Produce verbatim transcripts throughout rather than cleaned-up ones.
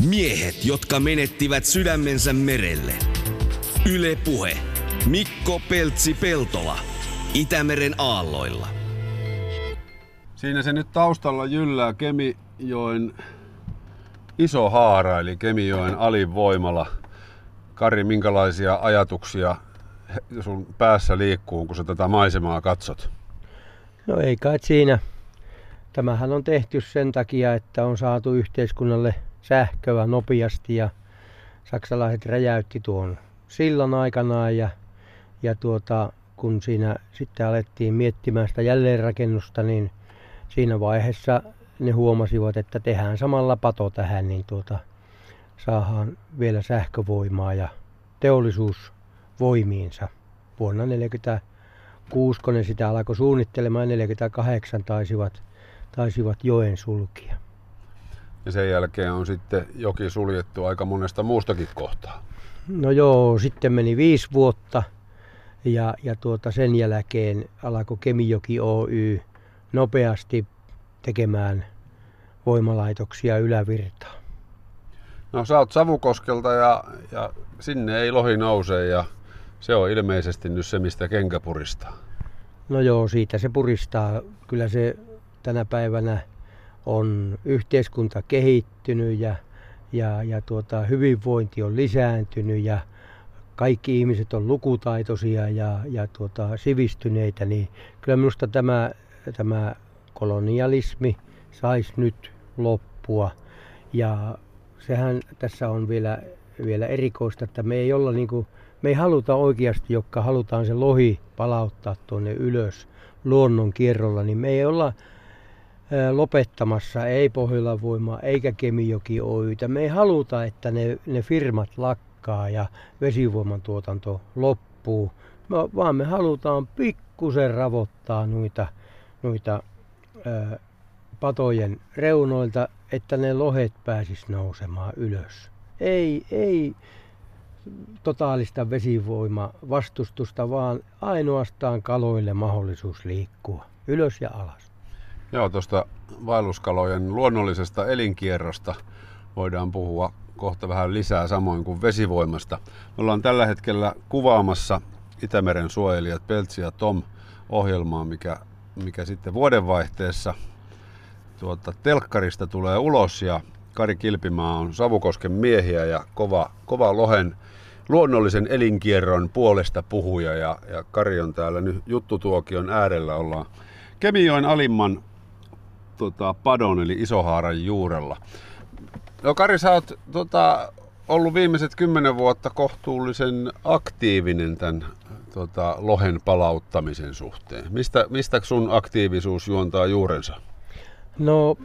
Miehet, jotka menettivät sydämensä merelle. Yle Puhe. Mikko Peltsi-Peltola. Itämeren aalloilla. Siinä se nyt taustalla jyllää Kemijoen iso haara, eli Kemijoen alinvoimala. Kari, minkälaisia ajatuksia sun päässä liikkuu, kun sä tätä maisemaa katsot? No ei kai siinä. Tämähän on tehty sen takia, että on saatu yhteiskunnalle sähköä nopeasti ja saksalaiset räjäytti tuon sillan aikanaan ja, ja tuota, kun siinä sitten alettiin miettimään sitä jälleenrakennusta, niin siinä vaiheessa ne huomasivat, että tehdään samalla pato tähän, niin tuota, saadaan vielä sähkövoimaa ja teollisuus voimiinsa. Vuonna neljäkymmentäkuusi, kun ne sitä alkoi suunnittelemaan, neljäkymmentäkahdeksan taisivat, taisivat joen sulkia. Ja sen jälkeen on sitten joki suljettu aika monesta muustakin kohtaa. No joo, sitten meni viisi vuotta ja, ja tuota sen jälkeen alkoi Kemijoki Oy nopeasti tekemään voimalaitoksia ylävirtaan. No sä oot Savukoskelta ja, ja sinne ei lohi nouse ja se on ilmeisesti nyt se, mistä kenkä puristaa. No joo, siitä se puristaa. Kyllä se tänä päivänä on yhteiskunta kehittynyt ja, ja, ja tuota, hyvinvointi on lisääntynyt ja kaikki ihmiset on lukutaitoisia ja, ja tuota, sivistyneitä, niin kyllä minusta tämä, tämä kolonialismi saisi nyt loppua. Ja sehän tässä on vielä, vielä erikoista, että me ei olla niin kuin, me ei haluta oikeasti, jotka halutaan se lohi palauttaa tuonne ylös luonnon kierrolla, niin me ei olla lopettamassa ei Pohjolan Voimaa eikä Kemijoki Oy:tä. Me ei haluta, että ne, ne firmat lakkaa ja vesivoiman tuotanto loppuu, vaan me halutaan pikkusen ravottaa noita, noita ää, patojen reunoilta, että ne lohet pääsis nousemaan ylös. Ei, ei totaalista vesivoimavastustusta, vaan ainoastaan kaloille mahdollisuus liikkua ylös ja alas. Joo, tuosta vaelluskalojen luonnollisesta elinkierrosta voidaan puhua kohta vähän lisää, samoin kuin vesivoimasta. Me ollaan tällä hetkellä kuvaamassa Itämeren suojelijat Peltsi ja Tom -ohjelmaa, mikä, mikä sitten vuodenvaihteessa tuota, telkkarista tulee ulos. Ja Kari Kilpimaa on Savukosken miehiä ja kova, kova lohen luonnollisen elinkierron puolesta puhuja. Ja, ja Kari on täällä nyt juttutuokion äärellä. Ollaan Kemijoen alimman tota, padon eli Isohaaran juurella. No Kari, sä oot tota, ollut viimeiset kymmenen vuotta kohtuullisen aktiivinen tämän tota, lohen palauttamisen suhteen. Mistä, mistä sun aktiivisuus juontaa juurensa? No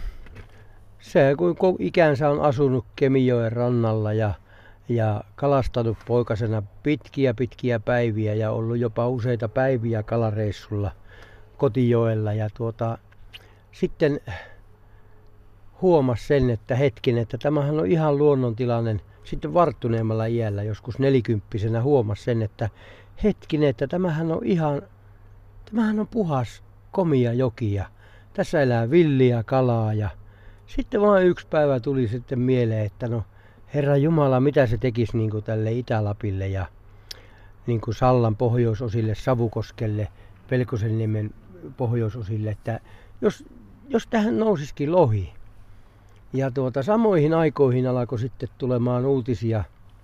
se, kun ikänsä on asunut Kemijoen rannalla ja, ja kalastanut poikasena pitkiä pitkiä päiviä ja ollut jopa useita päiviä kalareissulla kotijoella ja tuota, sitten huomasi sen, että hetken, että tämähän on ihan luonnontilainen. Sitten varttuneemmalla iällä, joskus nelikymppisenä huomasi sen, että hetkinen, että tämähän on ihan, tämähän on puhas, komia joki ja tässä elää villiä kalaa ja sitten vaan yksi päivä tuli sitten mieleen, että no Herra Jumala, mitä se tekisi niin kuin tälle Itä-Lapille ja niin kuin Sallan pohjoisosille, Savukoskelle, Pelkosenniemen pohjoisosille, että jos, jos tähän nousisikin lohi. Ja tuota, samoihin aikoihin alkoi sitten tulemaan uutisia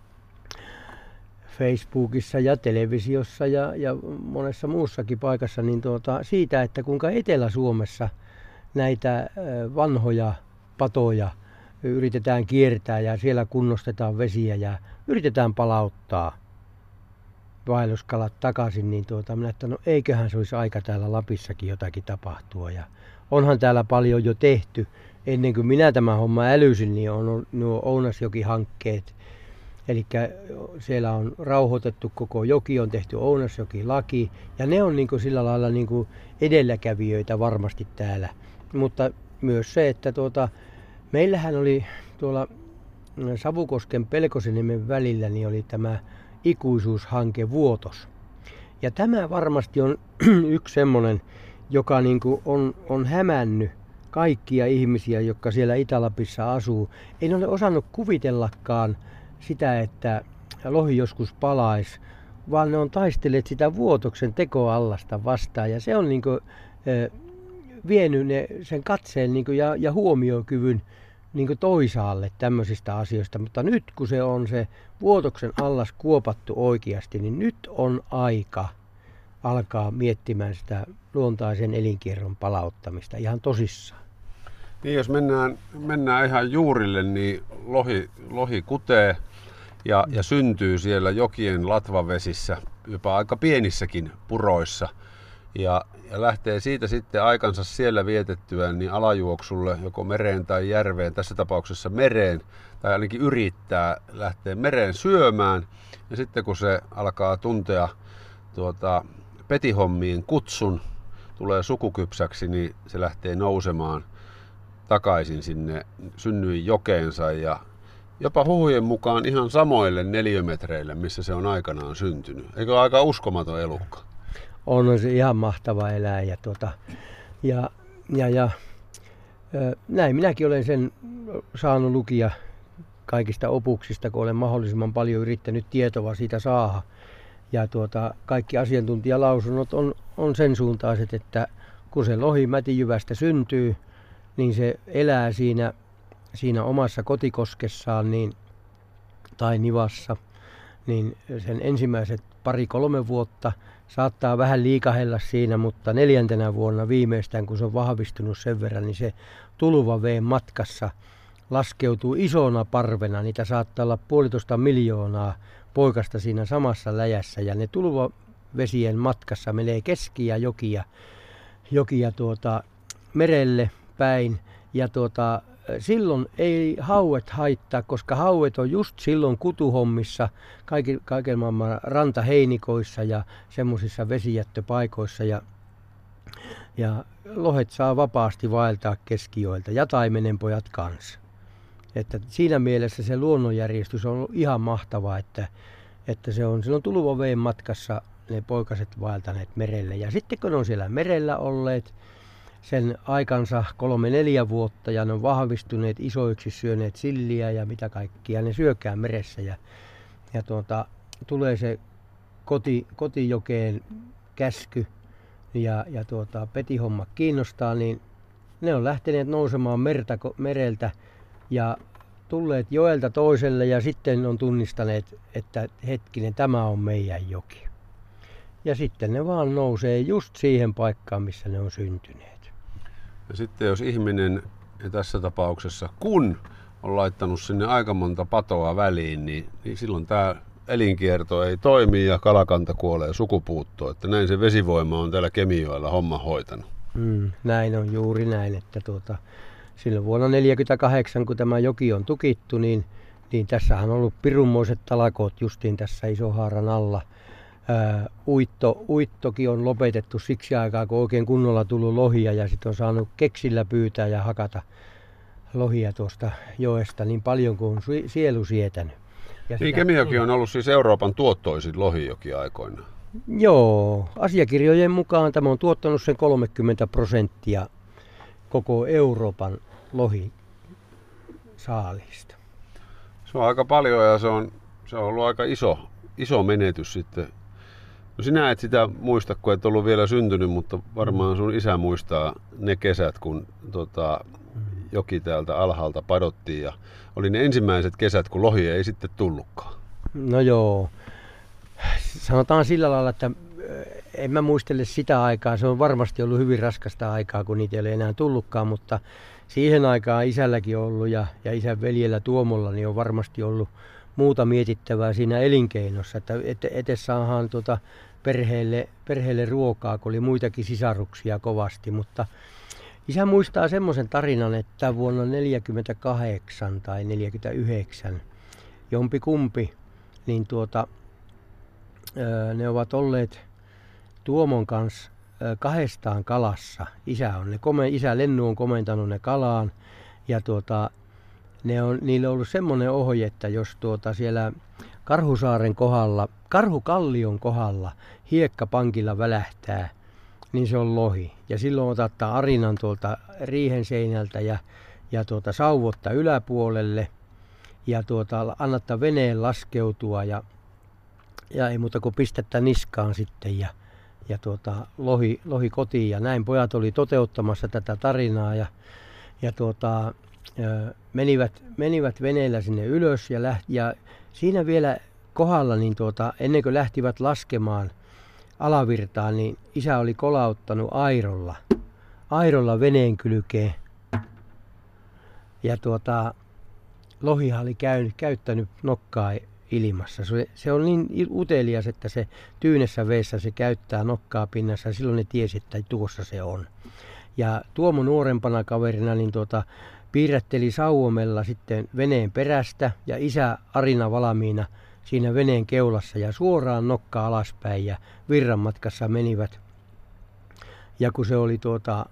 Facebookissa ja televisiossa ja, ja monessa muussakin paikassa niin tuota, siitä, että kuinka Etelä-Suomessa näitä vanhoja patoja yritetään kiertää ja siellä kunnostetaan vesiä ja yritetään palauttaa vaelluskalat takaisin, niin tuota, minä että no eiköhän se olisi aika täällä Lapissakin jotakin tapahtua. Ja onhan täällä paljon jo tehty. Ennen kuin minä tämän homman älysin, niin on nuo Ounasjoki-hankkeet. Eli siellä on rauhoitettu koko joki, on tehty Ounasjoki-laki ja ne on niin kuin sillä lailla niin kuin edelläkävijöitä varmasti täällä. Mutta myös se, että tuota, meillähän oli tuolla Savukosken Pelkosenniemen välillä niin oli tämä ikuisuushanke Vuotos. Ja tämä varmasti on yksi semmoinen, joka niin kuin on, on hämännyt kaikkia ihmisiä, jotka siellä Itä-Lapissa asuu. Ei ne ole osannut kuvitellakaan sitä, että lohi joskus palaisi, vaan ne on taistelleet sitä Vuotoksen tekoallasta vastaan. Ja se on niin kuin, eh, vienyt ne, sen katseen niin kuin, ja, ja huomiokyvyn niin kuin toisaalle tämmöisistä asioista. Mutta nyt kun se on se Vuotoksen allas kuopattu oikeasti, niin nyt on aika alkaa miettimään sitä luontaisen elinkierron palauttamista ihan tosissaan. Niin, jos mennään, mennään ihan juurille, niin lohi, lohi kutee ja, ja syntyy siellä jokien latvavesissä, jopa aika pienissäkin puroissa. Ja, ja lähtee siitä sitten aikansa siellä vietettyään niin alajuoksulle joko mereen tai järveen, tässä tapauksessa mereen, tai ainakin yrittää lähteä mereen syömään. Ja sitten kun se alkaa tuntea tuota, petihommien kutsun, tulee sukukypsäksi, niin se lähtee nousemaan takaisin sinne synnyin jokeensa ja jopa huhujen mukaan ihan samoille neliömetreille, missä se on aikanaan syntynyt. Eikö ole aika uskomaton elukka? On se ihan mahtava eläin. Ja, tuota, ja, ja, ja näin minäkin olen sen saanut lukia kaikista opuksista, kun olen mahdollisimman paljon yrittänyt tietoa siitä saada. Ja tuota, kaikki asiantuntijalausunnot on, on sen suuntaiset, että kun se lohi mätijyvästä syntyy, niin se elää siinä, siinä omassa kotikoskessaan niin, tai nivassa, niin sen ensimmäiset pari-kolme vuotta saattaa vähän liikahella siinä, mutta neljäntenä vuonna viimeistään, kun se on vahvistunut sen verran, niin se tulvaveen matkassa laskeutuu isona parvena. Niitä saattaa olla puolitoista miljoonaa poikasta siinä samassa läjässä, ja ne tulvavesien matkassa menee keski- ja jokia, jokia tuota, merelle päin, ja tuota, silloin ei hauet haittaa, koska hauet on just silloin kutuhommissa, kaiken, kaiken maailman rantaheinikoissa ja semmoisissa vesijättöpaikoissa, ja, ja lohet saa vapaasti vaeltaa keskijoilta ja taimenenpojat kanssa. Että siinä mielessä se luonnonjärjestys on ollut ihan mahtavaa, että, että se on silloin tulvaveen matkassa ne poikaset vaeltaneet merelle. Ja sitten kun ne on siellä merellä olleet sen aikansa kolme neljä vuotta ja ne on vahvistuneet isoiksi, syöneet silliä ja mitä kaikkia, ne syökää meressä. Ja, ja tuota, tulee se koti, kotijokeen käsky ja, ja tuota, petihomma kiinnostaa, niin ne on lähteneet nousemaan merta, mereltä ja tulleet joelta toiselle ja sitten on tunnistaneet, että hetkinen, tämä on meidän joki. Ja sitten ne vaan nousee just siihen paikkaan, missä ne on syntyneet. Ja sitten jos ihminen, ja tässä tapauksessa kun on laittanut sinne aika monta patoa väliin, niin, niin silloin tämä elinkierto ei toimi ja kalakanta kuolee sukupuuttoon. Että näin se vesivoima on täällä Kemijoella homma hoitanut. Mm, näin on juuri näin, että tuota, silloin vuonna tuhatyhdeksänsataaneljäkymmentäkahdeksan, kun tämä joki on tukittu, niin, niin tässähän on ollut pirunmoiset talakoot justiin tässä Isohaaran alla. Ää, uitto, uittokin on lopetettu siksi aikaa, kun oikein kunnolla tullut lohia ja sitten on saanut keksillä pyytää ja hakata lohia tuosta joesta niin paljon kuin on sielu sietänyt. Ja niin, Kemijoki on ollut siis Euroopan tuottoisin lohijoki aikoinaan. Joo, asiakirjojen mukaan tämä on tuottanut sen kolmekymmentä prosenttia koko Euroopan lohisaalista. Se on aika paljon ja se on, se on ollut aika iso, iso menetys sitten. No sinä et sitä muista, kun et ollut vielä syntynyt, mutta varmaan sun isä muistaa ne kesät, kun tota, joki täältä alhaalta padottiin ja oli ne ensimmäiset kesät, kun lohi ei sitten tullutkaan. No joo, sanotaan sillä lailla, että en mä muistele sitä aikaa. Se on varmasti ollut hyvin raskasta aikaa, kun niitä ei ole enää tullutkaan, mutta siihen aikaan isälläkin ollut ja, ja isän veljellä Tuomolla niin on varmasti ollut muuta mietittävää siinä elinkeinossa, että et, etes saadaan tuota perheelle, perheelle ruokaa, kun oli muitakin sisaruksia kovasti, mutta isä muistaa semmoisen tarinan, että vuonna neljäkymmentäkahdeksan tai neljäkymmentäyhdeksän jompi kumpi, niin tuota, ne ovat olleet Tuomon kanssa kahdestaan kalassa. Isä on ne, isä Lennu on komentanut ne kalaan ja tuota, ne on, niillä on ollut semmoinen ohje, että jos tuota siellä Karhusaaren kohdalla, Karhukallion kohdalla hiekkapankilla välähtää niin se on lohi. Ja silloin otattaa arinan tuolta riihen seinältä ja, ja tuota, sauvotta yläpuolelle ja tuota, annattaa veneen laskeutua ja, ja ei muuta kuin pistettä niskaan sitten ja, ja tuota, lohi, lohi kotiin. Ja näin pojat oli toteuttamassa tätä tarinaa ja, ja tuota, menivät, menivät veneellä sinne ylös ja, lähti, ja siinä vielä kohdalla, niin tuota, ennen kuin lähtivät laskemaan alavirtaan, niin isä oli kolauttanut airolla, airolla veneen kylkeen. Ja tuota, lohihan oli käynyt, käyttänyt nokkaa ilmassa. Se, se on niin utelias, että se tyynessä veessä se käyttää nokkaa pinnassa ja silloin ne tiesi, että tuossa se on. Ja Tuomo nuorempana kaverina niin tuota, piirrätteli sauomella sitten veneen perästä ja isä Arina valmiina siinä veneen keulassa ja suoraan nokkaa alaspäin ja virran matkassa menivät. Ja kun se oli tuota,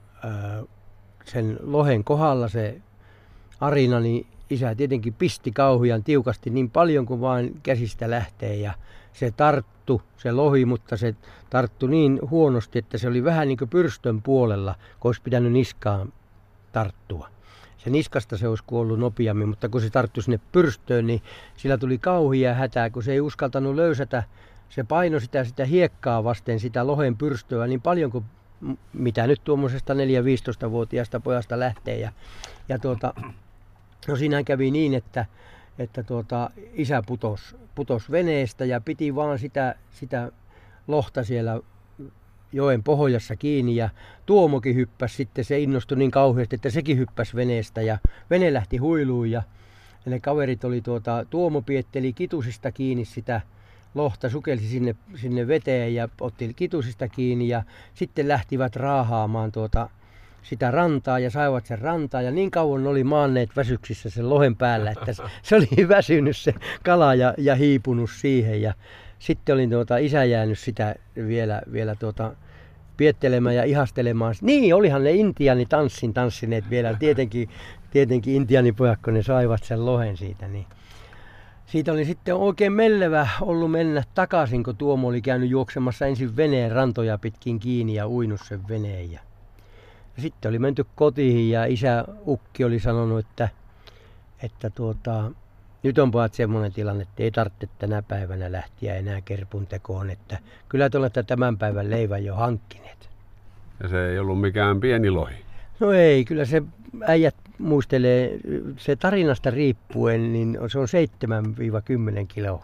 sen lohen kohdalla se Arina, niin isä tietenkin pisti kauhujan tiukasti niin paljon kuin vain käsistä lähtee ja se tarttu, se lohi, mutta se tarttu niin huonosti, että se oli vähän niin kuin pyrstön puolella, kun olisi pitänyt niskaan tarttua. Se niskasta se olisi kuollut nopeammin, mutta kun se tarttui sinne pyrstöön, niin sillä tuli kauhia hätää, kun se ei uskaltanut löysätä. Se paino sitä, sitä hiekkaa vasten, sitä lohen pyrstöä niin paljon kuin mitä nyt tuommoisesta neljä-viisitoista-vuotiaasta pojasta lähtee. Ja, ja tuota, no siinä kävi niin, että, että tuota, isä putosi putos veneestä ja piti vaan sitä, sitä lohta siellä joen pohjassa kiinni ja Tuomokin hyppäsi sitten, se innostui niin kauheasti, että sekin hyppäsi veneestä ja vene lähti huiluun ja ne kaverit oli tuota, Tuomo pietteli kitusista kiinni sitä lohta, sukelsi sinne, sinne veteen ja otti kitusista kiinni ja sitten lähtivät raahaamaan tuota, sitä rantaa ja saivat sen rantaa ja niin kauan oli maanneet väsyksissä sen lohen päällä, että se oli väsynyt se kala ja, ja hiipunut siihen ja sitten oli tuota, isä jäänyt sitä vielä, vielä tuota, piettelemään ja ihastelemaan. Niin, olihan ne intiaanitanssin tanssineet vielä. Tietenkin, tietenkin intiaanipojat, kun ne saivat sen lohen siitä. Niin. Siitä oli sitten oikein mellevä ollut mennä takaisin, kun Tuomo oli käynyt juoksemassa ensin veneen rantoja pitkin kiinni ja uinut sen veneen. Ja, ja sitten oli menty kotiin ja isä Ukki oli sanonut, että, että tuota, nyt on pojat semmoinen tilanne, että ei tarvitse tänä päivänä lähteä enää kerpun tekoon, että kyllä te olette tämän päivän leivän jo hankkineet. Ja se ei ollut mikään pieni lohi. No ei, kyllä se äijät muistelee, se tarinasta riippuen, niin se on seitsemästä kymmeneen kiloa.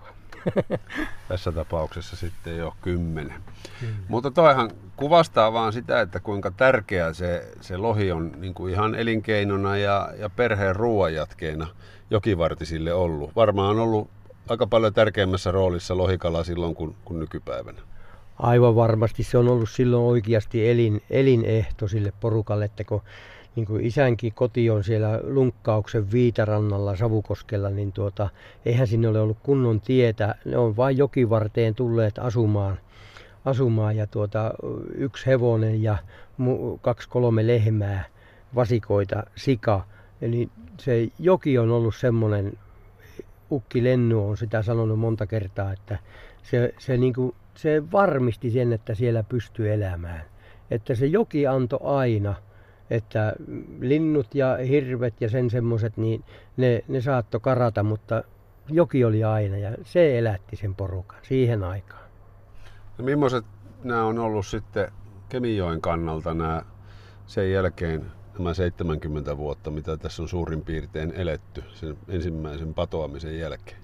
Tässä tapauksessa sitten jo kymmenen. Hmm. Mutta toihan kuvastaa vaan sitä, että kuinka tärkeä se, se lohi on niin kuin ihan elinkeinona ja, ja perheen ruoanjatkeena jokivartisille ollut. Varmaan on ollut aika paljon tärkeämmässä roolissa lohikala silloin kuin, kuin nykypäivänä. Aivan varmasti se on ollut silloin oikeasti elin, elinehto sille porukalle, että kun niin kuin isänkin koti on siellä Lunkkauksen Viitarannalla Savukoskella, niin tuota, eihän sinne ole ollut kunnon tietä. Ne on vain jokivarteen tulleet asumaan, asumaan ja tuota, yksi hevonen ja kaksi kolme lehmää, vasikoita, sika. Eli se joki on ollut semmoinen, Ukki Lennu on sitä sanonut monta kertaa, että se, se, niin kuin, se varmisti sen, että siellä pystyy elämään. Että se joki antoi aina. Että linnut ja hirvet ja sen semmoiset, niin ne, ne saattoi karata, mutta joki oli aina ja se elätti sen porukan siihen aikaan. No, millaiset nämä on ollut sitten Kemijoen kannalta nämä sen jälkeen nämä seitsemänkymmentä vuotta, mitä tässä on suurin piirtein eletty sen ensimmäisen patoamisen jälkeen?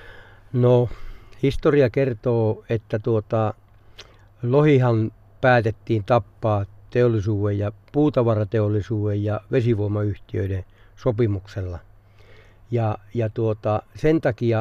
No, historia kertoo, että tuota, lohihan päätettiin tappaa teollisuuden ja puutavarateollisuuden ja vesivoimayhtiöiden sopimuksella. Ja, ja tuota, sen takia,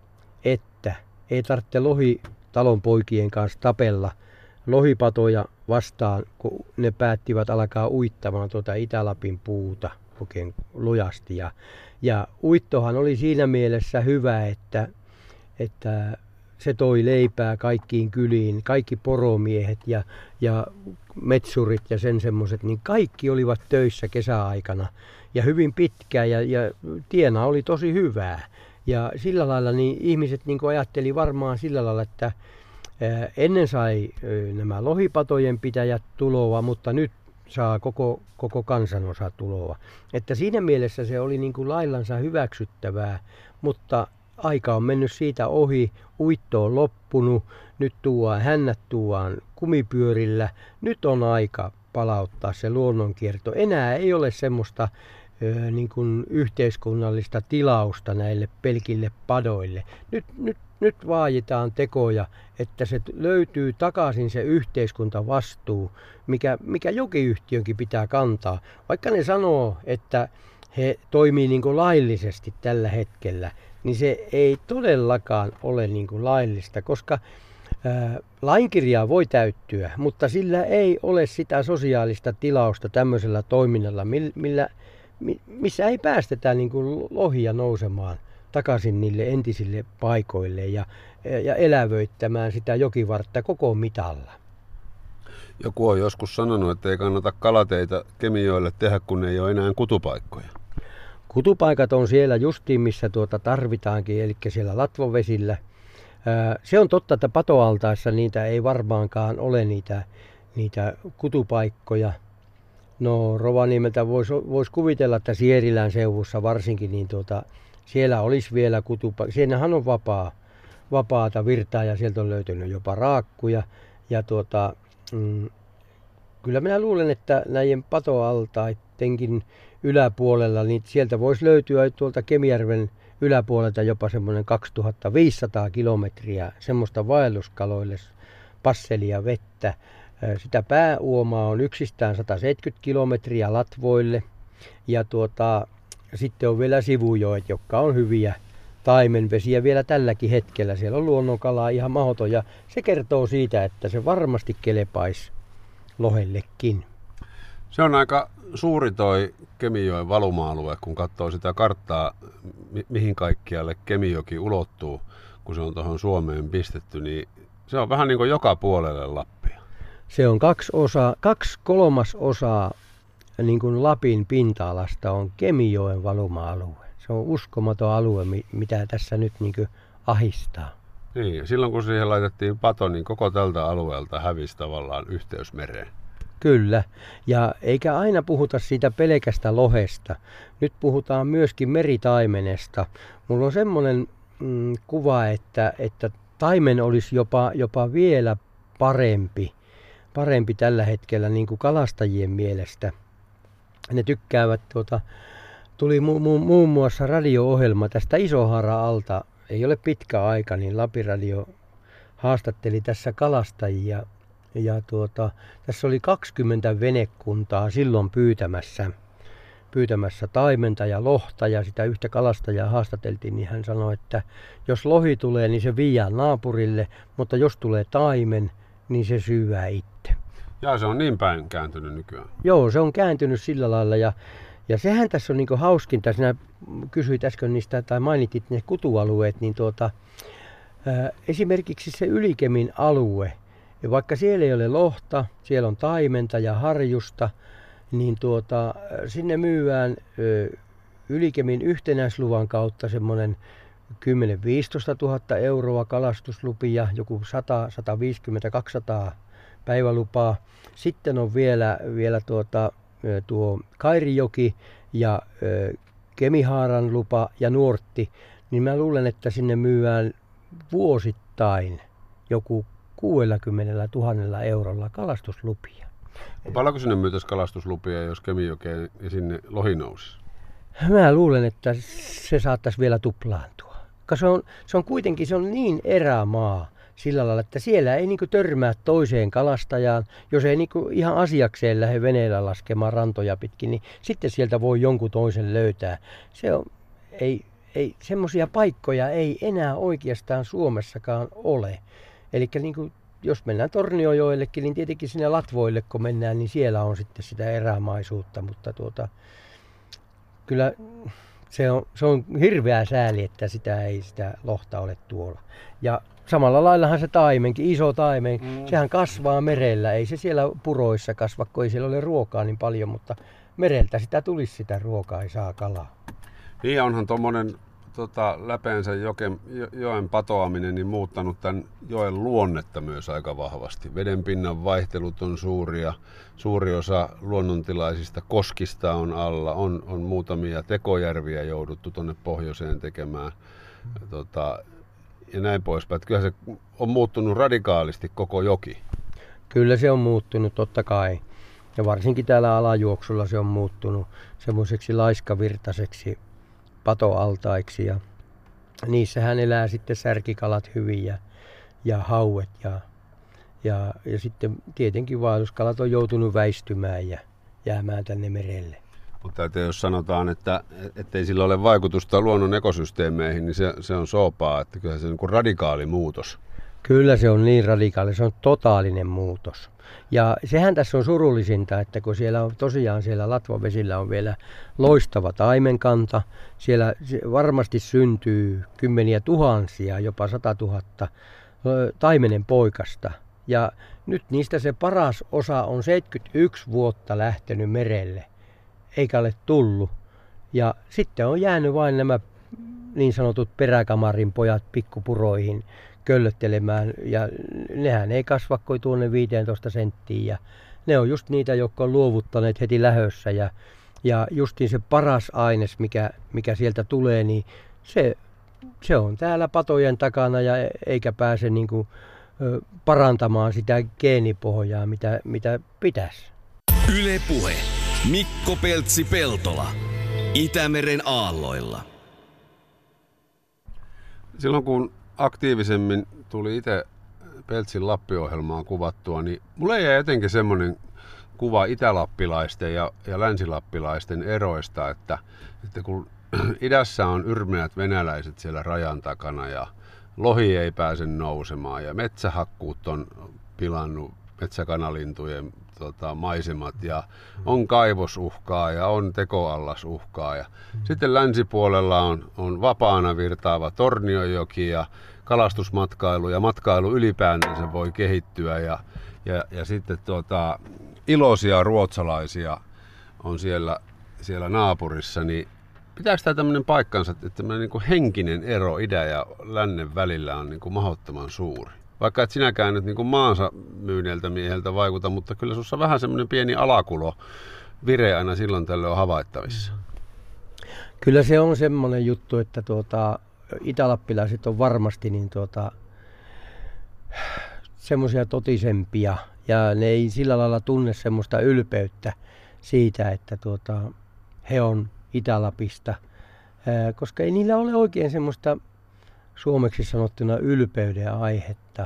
että ei tarvitse lohitalon poikien kanssa tapella lohipatoja vastaan, kun ne päättivät alkaa uittamaan tuota Itä-Lapin puuta oikein lujasti. Ja, ja uittohan oli siinä mielessä hyvä, että, että se toi leipää kaikkiin kyliin, kaikki poromiehet ja, ja metsurit ja sen semmoiset, niin kaikki olivat töissä kesäaikana ja hyvin pitkään ja, ja tiena oli tosi hyvää. Ja sillä lailla niin ihmiset niin kuin ajatteli varmaan sillä lailla, että Ennen sai nämä lohipatojen pitäjät tuloa, mutta nyt saa koko, koko kansanosa tuloa. Että siinä mielessä se oli niin kuin laillansa hyväksyttävää, mutta aika on mennyt siitä ohi, uitto on loppunut, nyt tuodaan, hännät tuodaan kumipyörillä. Nyt on aika palauttaa se luonnonkierto. Enää ei ole semmoista ö, niin kuin yhteiskunnallista tilausta näille pelkille padoille. Nyt, nyt, nyt vaaditaan tekoja, että se löytyy takaisin se yhteiskuntavastuu, mikä, mikä jokiyhtiönkin pitää kantaa. Vaikka ne sanoo, että he toimii niin kuin laillisesti tällä hetkellä, niin se ei todellakaan ole niin kuin laillista, koska ää, lainkirjaa voi täyttyä, mutta sillä ei ole sitä sosiaalista tilausta tämmöisellä toiminnalla, millä, missä ei päästetä niin kuin lohia nousemaan takaisin niille entisille paikoille ja, ja elävöittämään sitä jokivartta koko mitalla. Joku on joskus sanonut, että ei kannata kalateitä Kemijoelle tehdä, kun ei ole enää kutupaikkoja. Kutupaikat on siellä justiin, missä tuota tarvitaankin, eli siellä latvovesillä. Se on totta, että patoaltaissa niitä ei varmaankaan ole niitä, niitä kutupaikkoja. No Rovaniemeltä voisi vois kuvitella, että Sierilän seuvussa varsinkin, niin tuota, siellä olisi vielä kutupaikkoja. Siinähän on vapaa, vapaata virtaa ja sieltä on löytynyt jopa raakkuja. Ja tuota, mm, kyllä minä luulen, että näiden patoaltaittenkin yläpuolella, niin sieltä voisi löytyä tuolta Kemijärven yläpuolelta jopa semmoinen kaksituhattaviisisataa kilometriä semmoista vaelluskaloille passelia vettä. Sitä pääuomaa on yksistään sataseitsemänkymmentä kilometriä latvoille ja tuota, sitten on vielä sivujoet, jotka on hyviä taimenvesiä vielä tälläkin hetkellä. Siellä on luonnonkalaa ihan mahdoton ja se kertoo siitä, että se varmasti kelepaisi lohellekin. Se on aika suuri toi Kemijoen valuma-alue, kun katsoo sitä karttaa, mi- mihin kaikkialle Kemijoki ulottuu, kun se on tuohon Suomeen pistetty, niin se on vähän niin kuin joka puolelle Lappia. Se on kaksi, osa, kaksi kolmasosaa niin kuin Lapin pinta-alasta on Kemijoen valuma-alue. Se on uskomaton alue, mitä tässä nyt niin kuin ahistaa. Niin, ja silloin kun siihen laitettiin pato, niin koko tältä alueelta hävisi tavallaan yhteys mereen. Kyllä, ja eikä aina puhuta siitä pelkästä lohesta. Nyt puhutaan myöskin meritaimenesta. Mulla on semmoinen mm, kuva, että, että taimen olisi jopa, jopa vielä parempi, parempi tällä hetkellä niin kuin kalastajien mielestä. Ne tykkäävät, tuota, tuli mu, mu, muun muassa radio-ohjelma tästä Isohaara-alta. Ei ole pitkä aika, niin Lapiradio haastatteli tässä kalastajia. Ja tuota, tässä oli kaksikymmentä venekuntaa silloin pyytämässä, pyytämässä taimenta ja lohta ja sitä yhtä kalastajaa haastateltiin, niin hän sanoi, että jos lohi tulee, niin se viiää naapurille, mutta jos tulee taimen, niin se syyää itse. Ja se on niin päin kääntynyt nykyään. Joo, se on kääntynyt sillä lailla ja, ja sehän tässä on niin kuin hauskinta. Sinä kysyit äsken niistä tai mainitit ne kutualueet, niin tuota, ää, esimerkiksi se Ylikemin alue, ja vaikka siellä ei ole lohta, siellä on taimenta ja harjusta, niin tuota, sinne myydään ö, Ylikemin yhtenäisluvan kautta semmoinen kymmenen viisitoista tuhatta euroa kalastuslupia, joku sata, sataviisikymmentä, kaksisataa päivälupaa. Sitten on vielä, vielä tuota, tuo Kairijoki ja ö, Kemihaaran lupa ja Nuortti, niin mä luulen, että sinne myydään vuosittain joku kuusikymmentätuhatta eurolla kalastuslupia. Paljonko sinne myytäisi kalastuslupia, jos Kemijokeen ja sinne lohi nousisi? Mä luulen, että se saattaisi vielä tuplaantua. Se on, se on kuitenkin se on niin erämaa sillä lailla, että siellä ei niinku törmää toiseen kalastajaan. Jos ei niinku ihan asiakseen lähde veneellä laskemaan rantoja pitkin, niin sitten sieltä voi jonkun toisen löytää. Se on, ei, ei, semmoisia paikkoja ei enää oikeastaan Suomessakaan ole. Eli niin jos mennään Torniojoellekin, niin tietenkin sinne Latvoille kun mennään, niin siellä on sitten sitä erämaisuutta, mutta tuota, kyllä se on, se on hirveä sääli, että sitä ei sitä lohta ole tuolla. Ja samalla laillahan se taimenkin, iso taimen, mm. sehän kasvaa merellä, ei se siellä puroissa kasva, kun ei siellä ole ruokaa niin paljon, mutta mereltä sitä tulisi sitä ruokaa, ei saa kalaa. Niin onhan tuommoinen tota, läpeensä joken, joen patoaminen niin muuttanut tämän joen luonnetta myös aika vahvasti. Vedenpinnan vaihtelut on suuria. Suuri osa luonnontilaisista koskista on alla. On, on muutamia tekojärviä jouduttu tuonne pohjoiseen tekemään. Ja, tota, ja näin poispäin. Kyllä se on muuttunut radikaalisti koko joki. Kyllä se on muuttunut totta kai. Ja varsinkin täällä alajuoksulla se on muuttunut semmoiseksi laiskavirtaiseksi patoaltaiksi. Ja niissähän elää sitten särkikalat hyvin ja, ja hauet. Ja, ja, ja sitten tietenkin vaelluskalat on joutunut väistymään ja jäämään tänne merelle. Mutta jos sanotaan, että ei sillä ole vaikutusta luonnon ekosysteemeihin, niin se, se on soopaa, että kyllä se on niin kuin radikaali muutos. Kyllä se on niin radikaali, se on totaalinen muutos. Ja sehän tässä on surullisinta, että kun siellä on tosiaan siellä Latvavesillä on vielä loistava taimenkanta, siellä varmasti syntyy kymmeniä tuhansia, jopa satatuhatta taimenen poikasta. Ja nyt niistä se paras osa on seitsemänkymmentäyksi vuotta lähtenyt merelle, eikä ole tullut. Ja sitten on jäänyt vain nämä niin sanotut peräkamarin pojat pikkupuroihin köllöttelemään, ja nehän ei kasva kuin tuonne viisitoista senttiin, ja ne on just niitä, jotka on luovuttaneet heti lähössä, ja, ja justiin se paras aines, mikä, mikä sieltä tulee, niin se, se on täällä patojen takana, ja eikä pääse niin kuin, ö, parantamaan sitä geenipohjaa, mitä, mitä pitäisi. Yle Puhe. Mikko Peltsi-Peltola. Itämeren aalloilla. Silloin kun aktiivisemmin tuli itse Peltsin Lappi-ohjelmaa kuvattua, niin mulle jäi jotenkin semmoinen kuva itälappilaisten ja, ja länsilappilaisten eroista, että, että kun idässä on yrmeät venäläiset siellä rajan takana ja lohi ei pääse nousemaan ja metsähakkuut on pilannut metsäkanalintujen tota, maisemat ja on kaivosuhkaa ja on tekoallasuhkaa. Ja mm. Sitten länsipuolella on, on vapaana virtaava Tornionjoki ja kalastusmatkailu ja matkailu ylipäänsä voi kehittyä ja, ja, ja sitten tuota, iloisia ruotsalaisia on siellä, siellä naapurissa, niin pitääkö tämä tämmöinen paikkansa, että tämmöinen niin kuin henkinen ero idän ja lännen välillä on niin kuin mahdottoman suuri? Vaikka et sinäkään nyt niin kuin maansa myyneeltä mieheltä vaikuta, mutta kyllä sussa vähän semmoinen pieni alakulo vire aina silloin tällöin on havaittavissa. Kyllä se on semmoinen juttu, että tuota, itälappilaiset on varmasti niin tuota, semmoisia totisempia ja ne ei sillä lailla tunne semmoista ylpeyttä siitä, että tuota, he on Itä-Lapista, ää, koska ei niillä ole oikein semmoista suomeksi sanottuna ylpeyden aihetta.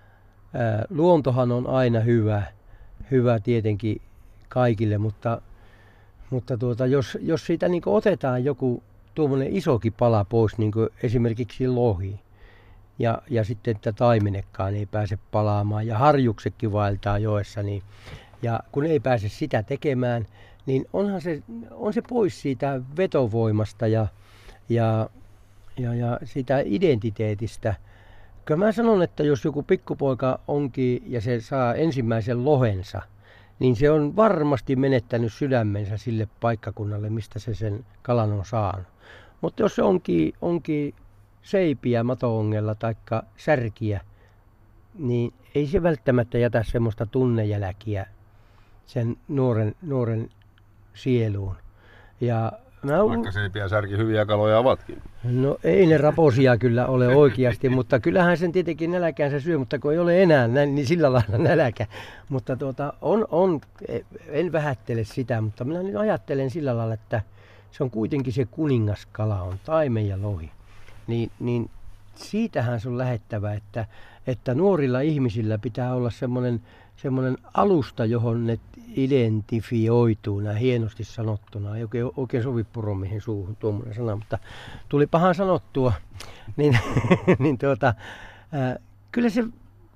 Ää, luontohan on aina hyvä, hyvä tietenkin kaikille, mutta, mutta tuota, jos, jos siitä niin kuin otetaan joku tuommoinen isokin pala pois, niin kuin esimerkiksi lohi, ja, ja sitten että taimenekkaan ei pääse palaamaan, ja harjuksetkin vaeltaa joessa, niin, ja kun ei pääse sitä tekemään, niin onhan se, on se pois siitä vetovoimasta ja, ja, ja, ja siitä identiteetistä. Kyllä mä sanon, että jos joku pikkupoika onkin ja se saa ensimmäisen lohensa, niin se on varmasti menettänyt sydämensä sille paikkakunnalle, mistä se sen kalan on saanut. Mutta jos se onkin, onkin seipiä mato-ongella tai särkiä, niin ei se välttämättä jätä semmoista tunnejälkiä sen nuoren, nuoren sieluun. Ja mä Vaikka on... seipiä ja särki hyviä kaloja ovatkin. No ei ne raposia kyllä ole oikeasti, mutta kyllähän sen tietenkin nälkäänsä syö, mutta kun ei ole enää niin sillä lailla nälkä. Mutta tuota, on, on, en vähättele sitä, mutta minä nyt ajattelen sillä lailla, että se on kuitenkin se kuningaskala, on taimen ja lohi. Niin, niin siitähän se on lähettävä, että, että nuorilla ihmisillä pitää olla semmoinen semmoinen alusta, johon ne identifioituu, nämä hienosti sanottuna. Ei oikein, oikein sovi puromiehen suuhun tuommoinen sana, mutta tuli pahan sanottua. niin, niin tuota, ää, kyllä, se,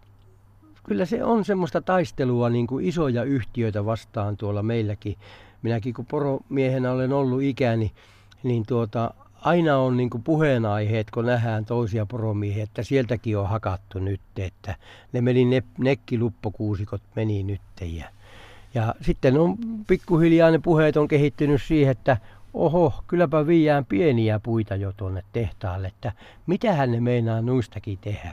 kyllä se on semmoista taistelua niin kuin isoja yhtiöitä vastaan tuolla meilläkin. Minäkin kun poromiehenä olen ollut ikäni, niin tuota, aina on niin kuin puheenaiheet, kun nähdään toisia poromiehiä, että sieltäkin on hakattu nyt, että ne meni ne, nekkiluppokuusikot meni nyt. Ja, ja sitten on pikkuhiljaa ne puheet on kehittynyt siihen, että oho, kylläpä viiään pieniä puita jo tuonne tehtaalle, että mitähän ne meinaa nuistakin tehdä.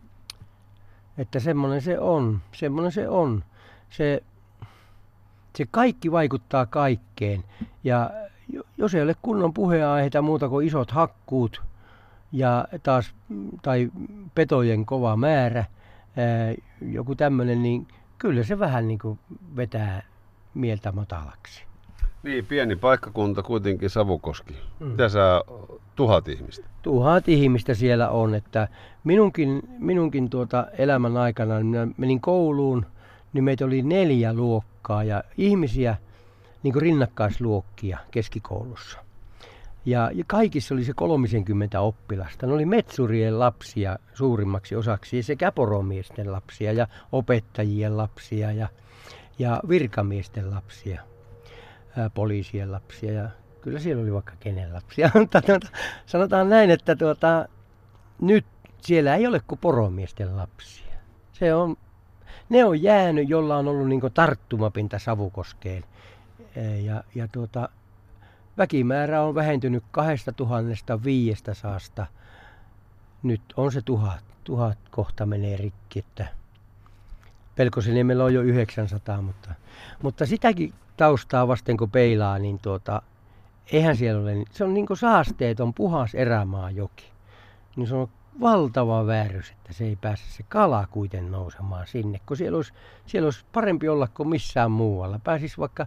Että semmoinen se on, semmoinen se on. Se, se kaikki vaikuttaa kaikkeen. Ja jos ei ole kunnon puheenaiheita muuta kuin isot hakkuut ja taas, tai petojen kova määrä, ää, joku tämmöinen, niin kyllä se vähän niin kuin vetää mieltä matalaksi. Niin, pieni paikkakunta kuitenkin Savukoski. Mm. Mitä sä, tuhat ihmistä? Tuhat ihmistä siellä on, että minunkin, minunkin tuota elämän aikana, minä menin kouluun, niin meitä oli neljä luokkaa ja ihmisiä, niin kuin rinnakkaisluokkia keskikoulussa. Ja, ja kaikissa oli se kolmekymmentä oppilasta. Ne oli metsurien lapsia suurimmaksi osaksi sekä poromiesten lapsia ja opettajien lapsia ja, ja virkamiesten lapsia, ää, poliisien lapsia ja kyllä siellä oli vaikka kenen lapsia. Mutta tuota, sanotaan näin, että tuota, nyt siellä ei ole kuin poromiesten lapsia. Se on, ne on jäänyt, jolla on ollut niin kuin tarttumapinta Savukoskeen. Ja, ja tuota, väkimäärä on vähentynyt kaksituhatta viisisataa. Nyt on se tuhat. Tuhat kohta menee rikki. Että Pelkosiniemellä on jo yhdeksänsataa, mutta, mutta sitäkin taustaa vasten kun peilaa, niin tuota, eihän siellä ole, se on niin kuin saasteeton puhas erämaajoki. Niin se on valtava väärys, että se ei pääse se kala kuiten nousemaan sinne, kun siellä olisi, siellä olisi parempi olla kuin missään muualla. Pääsisi vaikka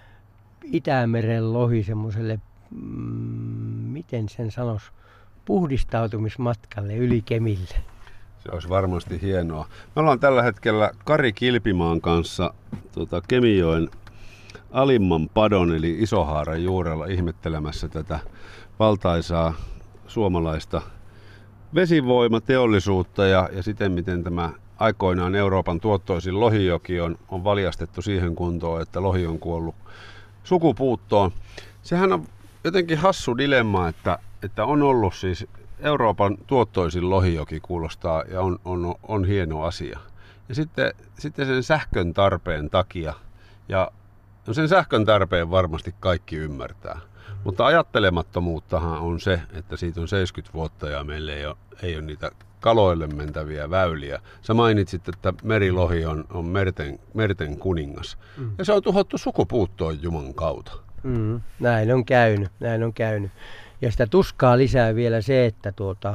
Itämeren lohi semmoiselle, mm, miten sen sanoisi, puhdistautumismatkalle yli Kemille. Se olisi varmasti hienoa. Me ollaan tällä hetkellä Kari Kilpimaan kanssa tuota, Kemijoen alimman padon eli Isohaaran juurella ihmettelemässä tätä valtaisaa suomalaista vesivoimateollisuutta ja, ja siten miten tämä aikoinaan Euroopan tuottoisin lohijoki on, on valjastettu siihen kuntoon, että lohi on kuollut sukupuuttoon. Sehän on jotenkin hassu dilemma, että, että on ollut siis Euroopan tuottoisin lohijoki kuulostaa ja on, on, on hieno asia. Ja sitten, sitten sen sähkön tarpeen takia, ja no sen sähkön tarpeen varmasti kaikki ymmärtää, mm-hmm. mutta ajattelemattomuuttahan on se, että siitä on seitsemänkymmentä vuotta ja meillä ei ole, ei ole niitä kaloille mentäviä väyliä. Sä mainitsit, että merilohi on, on merten, merten kuningas. Mm. Ja se on tuhottu sukupuuttoon Juman kautta. Mm, näin on käynyt, näin on käynyt. Ja sitä tuskaa lisää vielä se, että, tuota,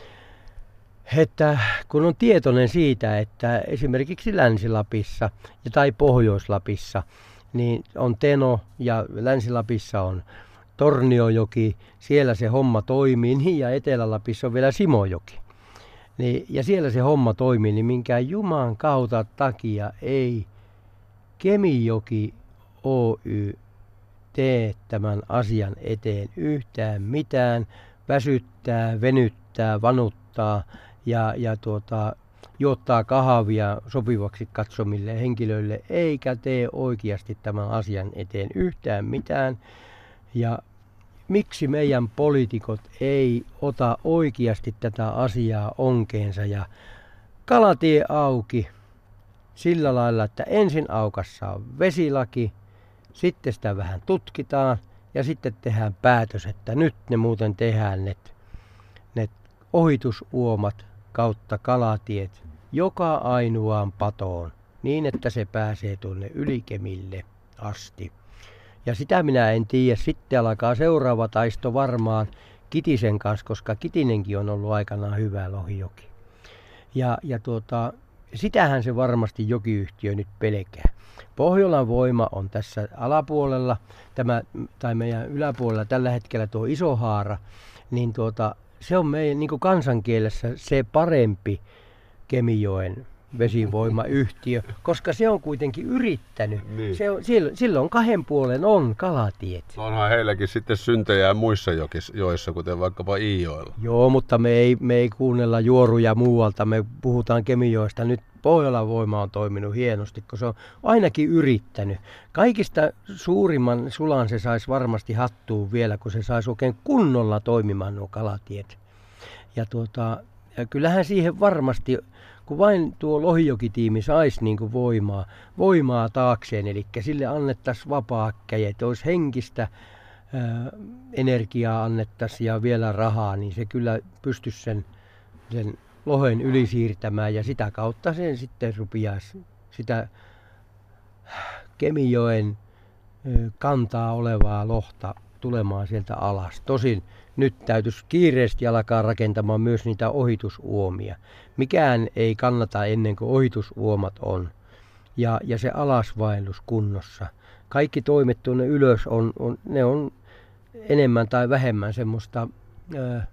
että kun on tietoinen siitä, että esimerkiksi Länsi-Lapissa ja tai Pohjois-Lapissa niin on Teno ja Länsi-Lapissa on Torniojoki, siellä se homma toimii, niin ja Etelä-Lapissa on vielä Simojoki. Niin, ja siellä se homma toimii, niin minkään Juman kautta takia ei Kemijoki Oy tee tämän asian eteen yhtään mitään, väsyttää, venyttää, vanuttaa ja, ja tuota, juottaa kahvia sopivaksi katsomille henkilöille, eikä tee oikeasti tämän asian eteen yhtään mitään. Ja miksi meidän poliitikot ei ota oikeasti tätä asiaa onkeensa ja kalatie auki sillä lailla, että ensin aukassa on vesilaki, sitten sitä vähän tutkitaan ja sitten tehdään päätös, että nyt ne muuten tehdään ne, ne ohitusuomat kautta kalatiet joka ainoaan patoon niin, että se pääsee tuonne Ylikemille asti. Ja sitä minä en tiedä. Sitten alkaa seuraava taisto varmaan Kitisen kanssa, koska Kitinenkin on ollut aikanaan hyvä lohijoki. Ja, ja tuota, sitähän se varmasti jokiyhtiö nyt pelkää. Pohjolan voima on tässä alapuolella, tämä, tai meidän yläpuolella tällä hetkellä tuo Isohaara, niin tuota, se on meidän niin kuin kansankielessä se parempi Kemijoen vesivoimayhtiö, koska se on kuitenkin yrittänyt. Niin. Se on, silloin kahden puolen on kalatiet. Onhan heilläkin sitten syntejä muissa joissa, kuten vaikkapa Iijoella. Joo, mutta me ei, me ei kuunnella juoruja muualta, me puhutaan Kemijoesta. Nyt Pohjolan voima on toiminut hienosti, kun se on ainakin yrittänyt. Kaikista suurimman sulan se saisi varmasti hattuun vielä, kun se saisi oikein kunnolla toimimaan nuo kalatiet. Ja, tuota, ja kyllähän siihen varmasti, kun vain tuo Lohijokitiimi saisi niin kuin voimaa, voimaa taakseen, eli sille annettaisiin vapaa kädet, olisi henkistä energiaa annettaisiin ja vielä rahaa, niin se kyllä pystyisi sen, sen lohen yli siirtämään ja sitä kautta sen sitten rupiaisi sitä Kemijoen kantaa olevaa lohta tulemaan sieltä alas. Tosin nyt täytyisi kiireesti alkaa rakentamaan myös niitä ohitusuomia. Mikään ei kannata ennen kuin ohitusuomat on ja, ja se alasvaellus kunnossa. Kaikki toimet tuonne ylös on, on, ne on enemmän tai vähemmän semmoista, ää,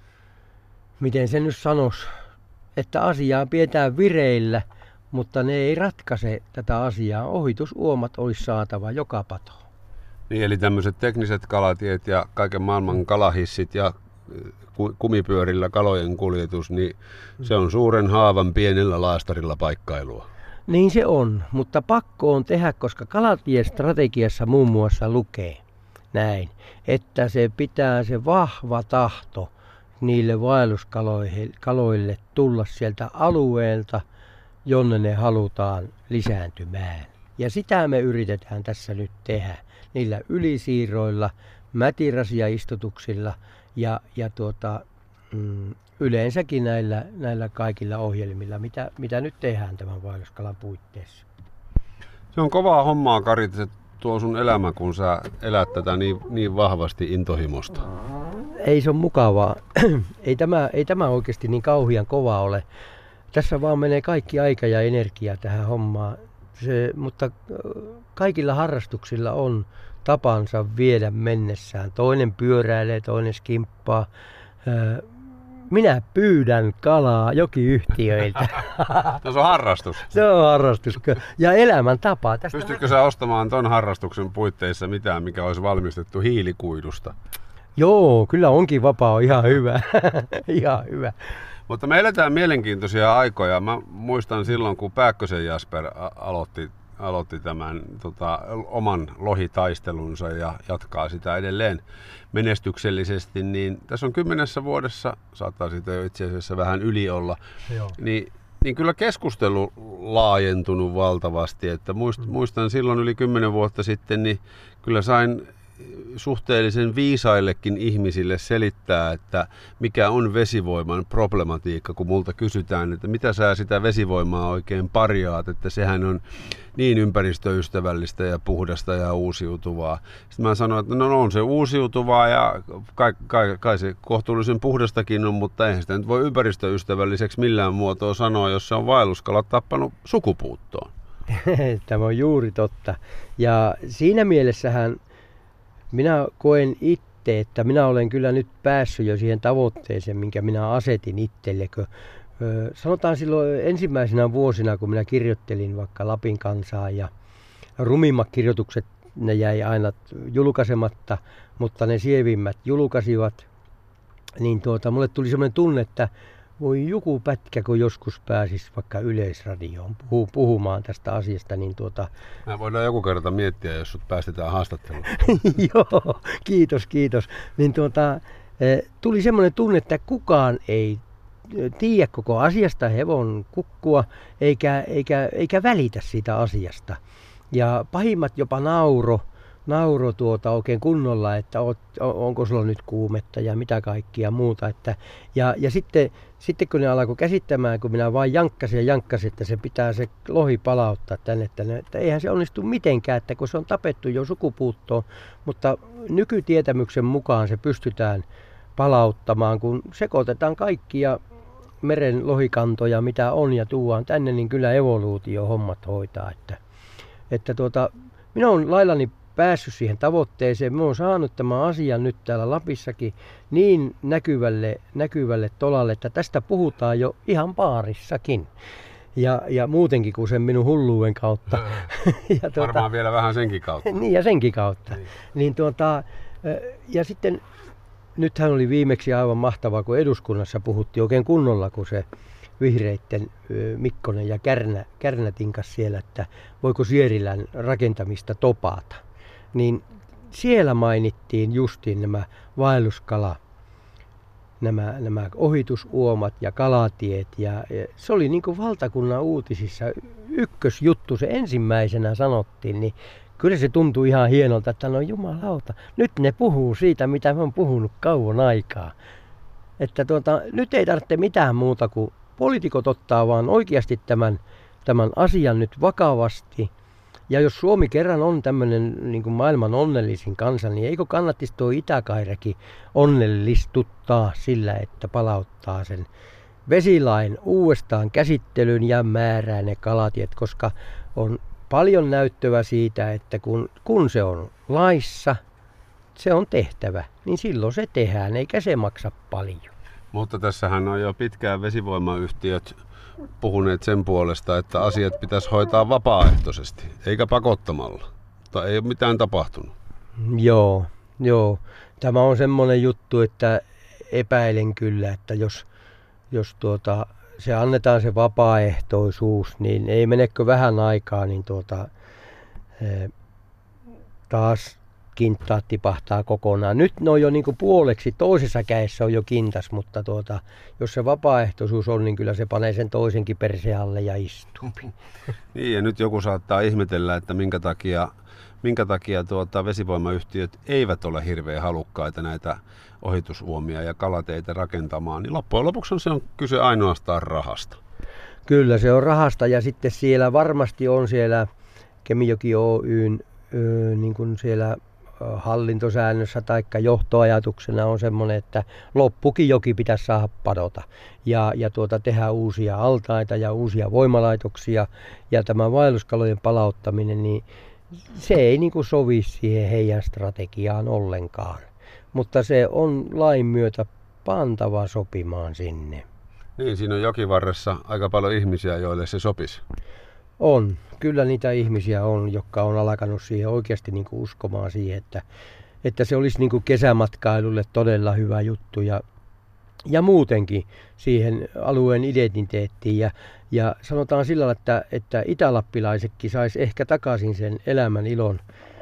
miten sen nyt sanoisi, että asiaa pidetään vireillä, mutta ne ei ratkaise tätä asiaa. Ohitusuomat olisi saatava joka patoon. Niin, eli tämmöiset tekniset kalatiet ja kaiken maailman kalahissit ja kumipyörillä kalojen kuljetus, niin se on suuren haavan pienellä laastarilla paikkailua. Niin se on, mutta pakko on tehdä, koska kalatiestrategiassa muun muassa lukee näin, että se pitää se vahva tahto niille vaelluskaloille tulla sieltä alueelta, jonne ne halutaan lisääntymään. Ja sitä me yritetään tässä nyt tehdä niillä ylisiirroilla, mätirasiaistutuksilla ja, ja tuota, mm, yleensäkin näillä, näillä kaikilla ohjelmilla, mitä, mitä nyt tehdään tämän vaelluskalan puitteissa. Se on kovaa hommaa, Kari, se tuo sun elämä, kun sä elät tätä niin, niin vahvasti intohimosta. Ei se ole mukavaa. ei, tämä, ei tämä oikeasti niin kauhean kova ole. Tässä vaan menee kaikki aika ja energia tähän hommaan. Se, mutta kaikilla harrastuksilla on tapansa viedä mennessään. Toinen pyöräilee, toinen skimppaa. Minä pyydän kalaa jokiyhtiöiltä. No se on harrastus. Se on harrastus. Ja elämäntapa. Tästä Pystytkö sä ostamaan ton harrastuksen puitteissa mitään, mikä olisi valmistettu hiilikuidusta? Joo, kyllä onkin vapaa, ihan hyvä. ihan hyvä. Mutta me eletään mielenkiintoisia aikoja. Mä muistan silloin, kun Pääkkösen Jasper aloitti, aloitti tämän tota, oman lohitaistelunsa ja jatkaa sitä edelleen menestyksellisesti, niin tässä on kymmenessä vuodessa, saattaa siitä jo itse asiassa vähän yli olla, niin, niin kyllä keskustelu laajentunut valtavasti. Että muist, muistan silloin yli kymmenen vuotta sitten, niin kyllä sain suhteellisen viisaillekin ihmisille selittää, että mikä on vesivoiman problematiikka, kun multa kysytään, että mitä sä sitä vesivoimaa oikein parjaat, että sehän on niin ympäristöystävällistä ja puhdasta ja uusiutuvaa. Sitten mä sanoin, että no on se uusiutuvaa ja kai, kai, kai se kohtuullisen puhdastakin on, mutta eihän sitä nyt voi ympäristöystävälliseksi millään muotoa sanoa, jos se on vaelluskalat tappanut sukupuuttoon. Tämä on juuri totta. Ja siinä mielessähän minä koen itse, että minä olen kyllä nyt päässyt jo siihen tavoitteeseen, minkä minä asetin itselle. Sanotaan silloin ensimmäisenä vuosina, kun minä kirjoittelin vaikka Lapin kansaa ja rumimmat kirjoitukset, ne jäi aina julkaisematta, mutta ne sievimmät julkaisivat, niin tuota, mulle tuli sellainen tunne, että voi joku pätkä, kun joskus pääsisi vaikka Yleisradioon puhu, puhumaan tästä asiasta, niin tuota... Mä voidaan joku kerta miettiä, jos sut päästetään haastatteluun. Joo, kiitos, kiitos. Niin tuota, tuli semmoinen tunne, että kukaan ei tiedä koko asiasta hevon kukkua, eikä, eikä, eikä välitä siitä asiasta. Ja pahimmat jopa nauro, nauro tuota oikein kunnolla, että oot, onko sulla nyt kuumetta ja mitä kaikkia muuta. Että, ja ja sitten, sitten kun ne alkoi käsittämään, kun minä vain jankkasin ja jankkasin, että se pitää se lohi palauttaa tänne, että, ne, että eihän se onnistu mitenkään, että kun se on tapettu jo sukupuuttoon, mutta nykytietämyksen mukaan se pystytään palauttamaan, kun sekoitetaan kaikkia meren lohikantoja, mitä on ja tuodaan tänne, niin kyllä evoluutio hommat hoitaa. Että, että tuota, minä olen laillani päässyt siihen tavoitteeseen. Minä olen saanut tämän asian nyt täällä Lapissakin niin näkyvälle, näkyvälle tolalle, että tästä puhutaan jo ihan baarissakin. Ja, ja muutenkin kuin sen minun hulluuden kautta. ja tuota, varmaan vielä vähän senkin kautta. Niin ja senkin kautta. Niin. Niin tuota, ja sitten nythän oli viimeksi aivan mahtavaa, kun eduskunnassa puhuttiin oikein kunnolla, kun se vihreitten Mikkonen ja Kärnä, Kärnä tinkas siellä, että voiko Sierilän rakentamista topata. Niin siellä mainittiin justiin nämä vaelluskala, nämä, nämä ohitusuomat ja kalatiet. Ja, ja se oli niin kuin valtakunnan uutisissa ykkösjuttu, se ensimmäisenä sanottiin. Niin kyllä se tuntuu ihan hienolta, että no jumalauta, nyt ne puhuu siitä, mitä mä oon puhunut kauan aikaa. Että tuota, nyt ei tarvitse mitään muuta kuin poliitikot ottaa vaan oikeasti tämän, tämän asian nyt vakavasti. Ja jos Suomi kerran on tämmöinen niin kuin maailman onnellisin kansa, niin eikö kannattisi tuo Itä-Kairekin onnellistuttaa sillä, että palauttaa sen vesilain uudestaan käsittelyyn ja määrää ne kalatiet, koska on paljon näyttöä siitä, että kun, kun se on laissa, se on tehtävä, niin silloin se tehdään, eikä se maksa paljon. Mutta tässähän on jo pitkään vesivoimayhtiöt puhuneet sen puolesta, että asiat pitäisi hoitaa vapaaehtoisesti, eikä pakottamalla. Mutta ei ole mitään tapahtunut. Joo, joo. Tämä on semmoinen juttu, että epäilen kyllä, että jos, jos tuota, se annetaan se vapaaehtoisuus, niin ei menekö vähän aikaa, niin tuota, taas kintaat tipahtaa kokonaan. Nyt ne on jo niin kuin puoleksi, toisessa kädessä on jo kintas, mutta tuota, jos se vapaaehtoisuus on, niin kyllä se panee sen toisenkin perseen alle ja istuu. Niin, ja nyt joku saattaa ihmetellä, että minkä takia, minkä takia tuota, vesivoimayhtiöt eivät ole hirveän halukkaita näitä ohitusuomia ja kalateitä rakentamaan. Niin loppujen lopuksi on se on kyse ainoastaan rahasta. Kyllä se on rahasta, ja sitten siellä varmasti on siellä Kemijoki Oyn niin kuin siellä hallintosäännössä tai johtoajatuksena on semmoinen, että loppukin joki pitäisi saada padota ja, ja tuota, tehdä uusia altaita ja uusia voimalaitoksia, ja tämä vaelluskalojen palauttaminen, niin se ei niin kuin sovi siihen heidän strategiaan ollenkaan, mutta se on lain myötä pantava sopimaan sinne. Niin, siinä on jokivarressa aika paljon ihmisiä, joille se sopisi. On. Kyllä niitä ihmisiä on, jotka on alkanut siihen oikeasti niin kuin uskomaan siihen, että, että se olisi niin kuin kesämatkailulle todella hyvä juttu ja, ja muutenkin siihen alueen identiteettiin. Ja, ja sanotaan sillä tavalla, että, että itälappilaisetkin saisi ehkä takaisin sen elämän ilon,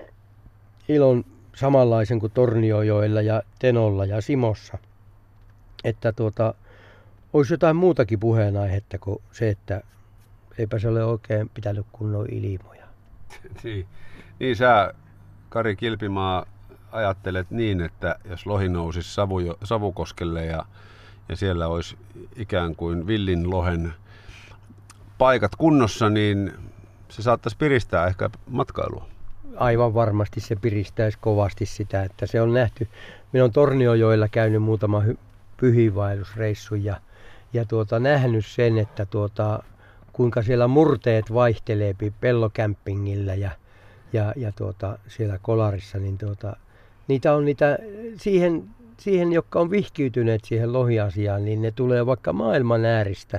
ilon samanlaisen kuin Torniojoella ja Tenolla ja Simossa. Että tuota, olisi jotain muutakin puheenaihetta kuin se, että eipä se ole oikein pitänyt kunnon ilmoja. Niin, niin sä, Kari Kilpimaa, ajattelet niin, että jos lohi nousisi Savu, Savukoskelle ja, ja siellä olisi ikään kuin villin lohen paikat kunnossa, niin se saattaisi piristää ehkä matkailua. Aivan varmasti se piristäisi kovasti sitä, että se on nähty. Minä olen Torniojoella käynyt muutama pyhiinvaellusreissu ja, ja tuota, nähnyt sen, että tuota, kuinka siellä murteet vaihtelee pellokämpingillä ja, ja, ja tuota, siellä Kolarissa, niin tuota, niitä on niitä siihen, siihen, jotka on vihkiytyneet siihen lohiasiaan, niin ne tulee vaikka maailman ääristä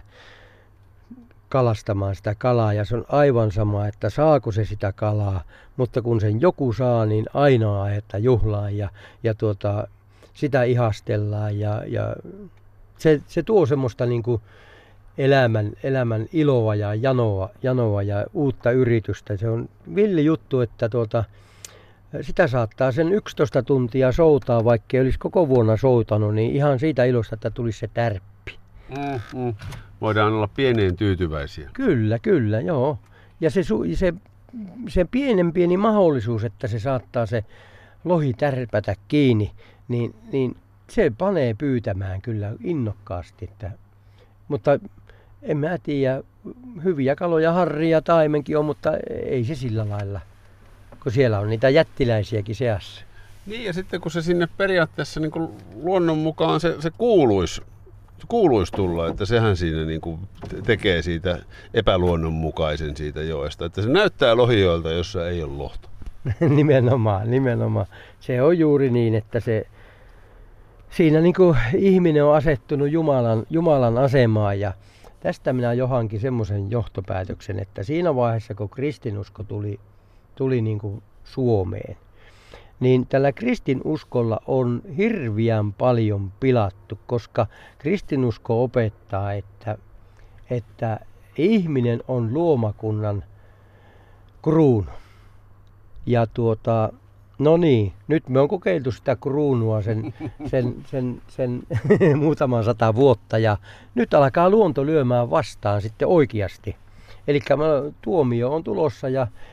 kalastamaan sitä kalaa, ja se on aivan sama, että saako se sitä kalaa, mutta kun sen joku saa, niin aina että juhlaa ja, ja tuota, sitä ihastellaan ja, ja se, se tuo semmoista niin kuin elämän, elämän iloa ja janoa, janoa ja uutta yritystä. Se on villi juttu, että tuota, sitä saattaa sen yksitoista tuntia soutaa, vaikka ei olisi koko vuonna soutanut, niin ihan siitä ilosta, että tulisi se tärppi. Mm, mm. Voidaan olla pieneen tyytyväisiä. Kyllä, kyllä, joo. Ja se, se, se pienen pieni mahdollisuus, että se saattaa se lohi tärpätä kiinni, niin, niin se panee pyytämään kyllä innokkaasti. Että, mutta en mä tiedä, hyviä kaloja, harria, taimenkin on, mutta ei se sillä lailla, kun siellä on niitä jättiläisiäkin seassa. Niin, ja sitten kun se sinne periaatteessa niin kuin luonnon mukaan se, se kuuluisi, kuuluisi tulla, että sehän siinä niin kuin tekee siitä epäluonnonmukaisen siitä joesta, että se näyttää lohijoilta, jossa ei ole lohta. nimenomaan, nimenomaan. Se on juuri niin, että se siinä niin kuin ihminen on asettunut Jumalan, Jumalan asemaan, ja tästä minä johankin semmoisen johtopäätöksen, että siinä vaiheessa kun kristinusko tuli, tuli niin kuin Suomeen, niin tällä kristinuskolla on hirviän paljon pilattu, koska kristinusko opettaa, että, että ihminen on luomakunnan kruunu. Ja tuota, no niin, nyt me on kokeiltu sitä kruunua sen, sen, sen, sen muutaman sata vuotta, ja nyt alkaa luonto lyömään vastaan sitten oikeasti. Eli tuomio on tulossa, ja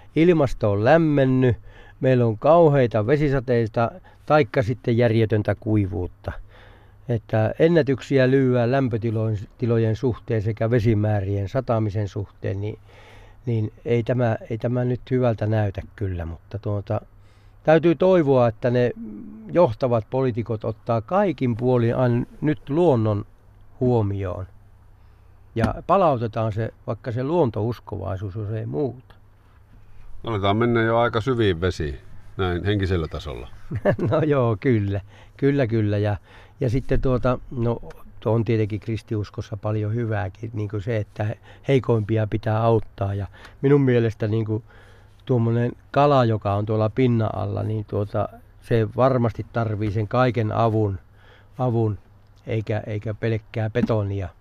ilmasto on lämmennyt, meillä on kauheita vesisateita, taikka sitten järjetöntä kuivuutta. Että ennätyksiä lyödään lämpötilojen suhteen sekä vesimäärien satamisen suhteen, niin, niin ei, tämä, ei tämä nyt hyvältä näytä kyllä, mutta tuota, täytyy toivoa, että ne johtavat poliitikot ottaa kaikin puolin aina nyt luonnon huomioon. Ja palautetaan se, vaikka se luontouskovaisuus, jos ei muuta. Aletaan mennä jo aika syviin vesiin, näin henkisellä tasolla. No joo, kyllä. Kyllä, kyllä. Ja, ja sitten tuota, no on tietenkin kristiuskossa paljon hyvääkin, niin kuin se, että heikoimpia pitää auttaa. Ja minun mielestä niin kuin tuommoinen kala, joka on tuolla pinnan alla, niin tuota, se varmasti tarvii sen kaiken avun, avun eikä, eikä pelkkää betonia.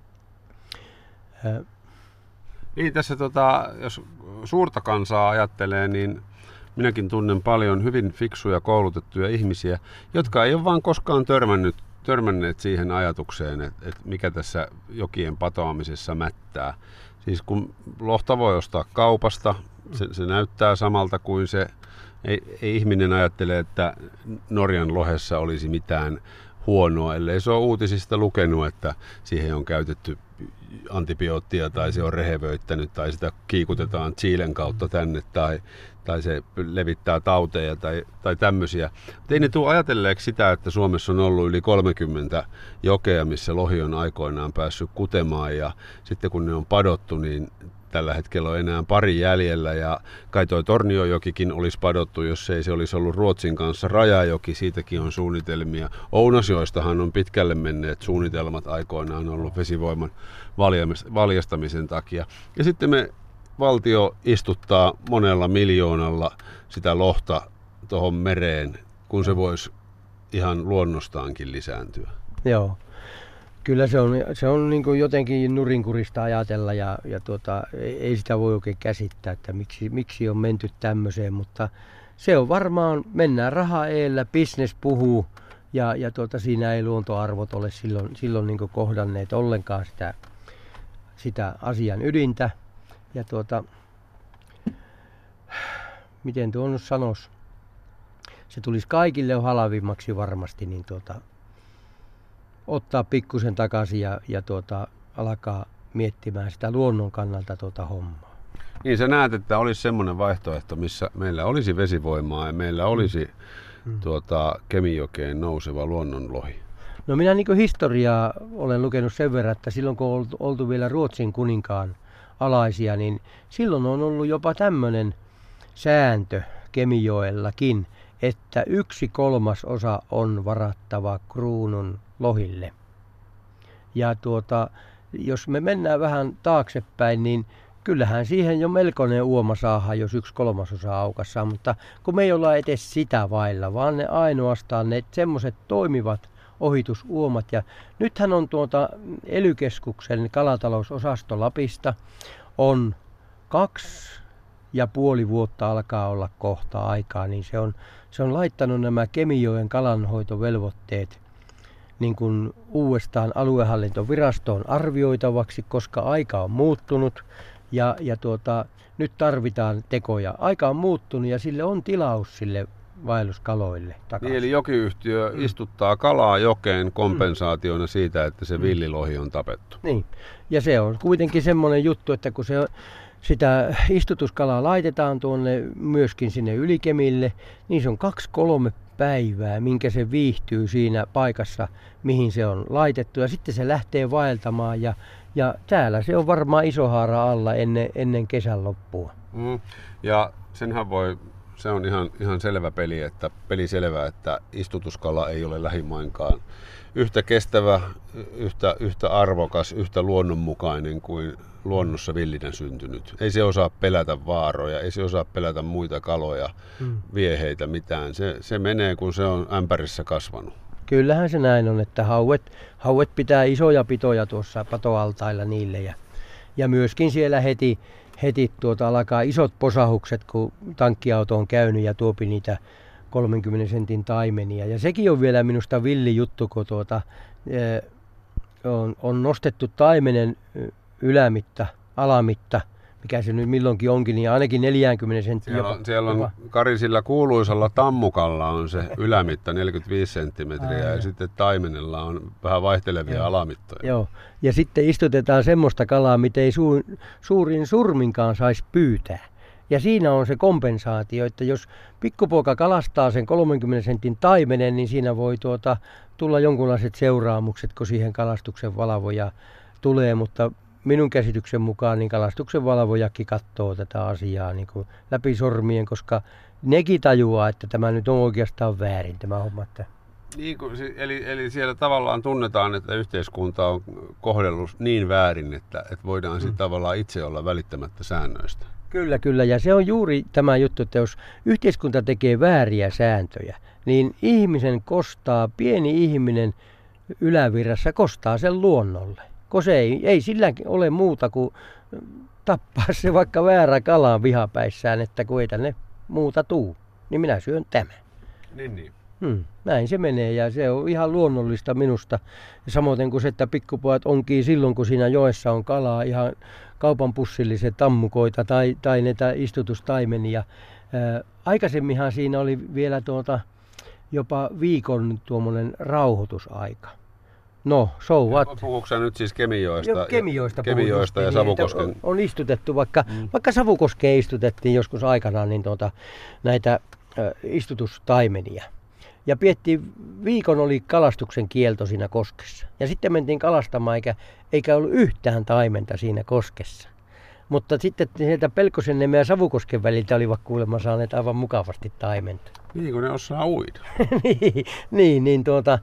Niin tässä tota, jos suurta kansaa ajattelee, niin minäkin tunnen paljon hyvin fiksuja koulutettuja ihmisiä, jotka ei ole vaan koskaan törmännyt, törmänneet siihen ajatukseen, että, että mikä tässä jokien patoamisessa mättää. Siis kun lohta voi ostaa kaupasta, se, se näyttää samalta kuin se, ei, ei ihminen ajattele, että Norjan lohessa olisi mitään huonoa, ellei se ole uutisista lukenut, että siihen on käytetty antibioottia tai se on rehevöittänyt tai sitä kiikutetaan Chilen kautta tänne tai, tai se levittää tauteja tai, tai tämmöisiä. Mutta ei ne tule ajatelleeksi sitä, että Suomessa on ollut yli kolmekymmentä jokea, missä lohi on aikoinaan päässyt kutemaan ja sitten kun ne on padottu, niin tällä hetkellä on enää pari jäljellä ja kai toi Torniojokikin olisi padottu, jos ei se olisi ollut Ruotsin kanssa rajajoki, siitäkin on suunnitelmia. Ounasjoistahan on pitkälle menneet suunnitelmat aikoinaan ollut vesivoiman valjastamisen takia. Ja sitten me valtio istuttaa monella miljoonalla sitä lohta tuohon mereen, kun se voisi ihan luonnostaankin lisääntyä. Joo. Kyllä se on, se on niin kuin jotenkin nurinkurista ajatella ja, ja tuota, ei sitä voi oikein käsittää, että miksi, miksi on menty tämmöiseen, mutta se on varmaan, mennään raha eellä, business puhuu ja, ja tuota, siinä ei luontoarvot ole silloin, silloin niin kuin kohdanneet ollenkaan sitä, sitä asian ydintä. Ja tuota, miten tuon nyt sanoisi, se tulisi kaikille halvimmaksi varmasti, niin tuota, ottaa pikkusen takaisin ja, ja tuota, alkaa miettimään sitä luonnon kannalta tuota hommaa. Niin sä näet, että olisi semmoinen vaihtoehto, missä meillä olisi vesivoimaa ja meillä olisi mm. tuota, Kemijokeen nouseva luonnonlohi. No minä niin kuin historiaa olen lukenut sen verran, että silloin kun on oltu, oltu vielä Ruotsin kuninkaan alaisia, niin silloin on ollut jopa tämmöinen sääntö Kemijoellakin, että yksi kolmasosa on varattava kruunun lohille. Ja tuota, jos me mennään vähän taaksepäin, niin kyllähän siihen jo melkoinen uoma saadaan, jos yksi kolmasosa aukassa, mutta kun me ei olla edes sitä vailla, vaan ne ainoastaan ne semmoiset toimivat ohitusuomat. Ja nythän on tuota E L Y-keskuksen kalatalousosasto Lapista on kaksi ja puoli vuotta alkaa olla kohta aikaa, niin se on, se on laittanut nämä Kemijoen kalanhoitovelvoitteet niin kuin uudestaan aluehallintovirastoon arvioitavaksi, koska aika on muuttunut ja, ja tuota, nyt tarvitaan tekoja. Aika on muuttunut ja sille on tilaus sille vaelluskaloille takaisin. Niin, eli jokiyhtiö mm. istuttaa kalaa jokeen kompensaationa siitä, että se villilohi on tapettu. Niin, ja se on kuitenkin semmoinen juttu, että kun se sitä istutuskalaa laitetaan tuonne myöskin sinne Ylikemille, niin se on kaksi kolme päivää, minkä se viihtyy siinä paikassa, mihin se on laitettu. Ja sitten se lähtee vaeltamaan ja, ja täällä se on varmaan Isohaara alla ennen, ennen kesän loppua. Mm. Ja senhän voi, se on ihan, ihan selvä peli, että peli selvä, että istutuskala ei ole lähimainkaan yhtä kestävä, yhtä, yhtä arvokas, yhtä luonnonmukainen kuin luonnossa villinä syntynyt. Ei se osaa pelätä vaaroja, ei se osaa pelätä muita kaloja, hmm. vieheitä, mitään. Se, se menee, kun se on ämpärissä kasvanut. Kyllähän se näin on, että hauet, hauet pitää isoja pitoja tuossa patoaltailla niille. Ja, ja myöskin siellä heti, heti tuota alkaa isot posahukset, kun tankkiauto on käynyt ja tuopi niitä kolmenkymmenen sentin taimenia. Ja sekin on vielä minusta villi juttu, kun tuota, on, on nostettu taimenen ylämitta, alamitta, mikä se nyt milloinkin onkin, niin ainakin neljäkymmentä senttiä. Siellä jopa, on, siellä on jopa. Karisilla kuuluisalla tammukalla on se ylämitta neljäkymmentäviisi senttimetriä ja sitten taimenella on vähän vaihtelevia Joo. alamittoja. Joo, ja sitten istutetaan semmoista kalaa, mitä ei su, suurin surminkaan saisi pyytää. Ja siinä on se kompensaatio, että jos pikkupoika kalastaa sen kolmenkymmenen sentin taimenen, niin siinä voi tuota, tulla jonkunlaiset seuraamukset, kun siihen kalastuksen valvoja tulee, mutta minun käsityksen mukaan niin kalastuksen valvojakin katsoo tätä asiaa niin kuin läpi sormien, koska nekin tajuaa, että tämä nyt on oikeastaan väärin tämä homma. Että Niin kuin, eli, eli siellä tavallaan tunnetaan, että yhteiskunta on kohdellut niin väärin, että, että voidaan mm. sitten tavallaan itse olla välittämättä säännöistä. Kyllä, kyllä. Ja se on juuri tämä juttu, että jos yhteiskunta tekee vääriä sääntöjä, niin ihmisen kostaa, pieni ihminen ylävirrassa kostaa sen luonnolle. Kun se ei, ei sillä ole muuta kuin tappaa se vaikka väärä kalaan vihapäissään, että kun ei tänne muuta tuu, niin minä syön tämän. Niin, niin. Hmm, näin se menee ja se on ihan luonnollista minusta. Ja samoin kuin se, että pikkupojat onkii silloin, kun siinä joessa on kalaa, ihan kaupan pussillisen tammukoita tai, tai näitä istutustaimenia. Ää, aikaisemminhan siinä oli vielä tuota, jopa viikon tuommoinen rauhoitusaika. No, so what? Puhuuko sä nyt siis Kemijoesta, Jo, Kemijoista, Kemijoesta ja niin, Savukosken? on, on istutettu, vaikka, Mm. vaikka Savukoskeen istutettiin joskus aikanaan niin tuota, näitä ä, istutustaimenia. Ja piettiin, viikon oli kalastuksen kielto siinä koskessa. Ja sitten mentiin kalastamaan, eikä, eikä ollut yhtään taimenta siinä koskessa. Mutta sitten sieltä Pelkosenniemen ja Savukosken väliltä olivat kuulemma saaneet aivan mukavasti taimenta. Niin, kun ne osaa uida. niin, niin, niin tuota,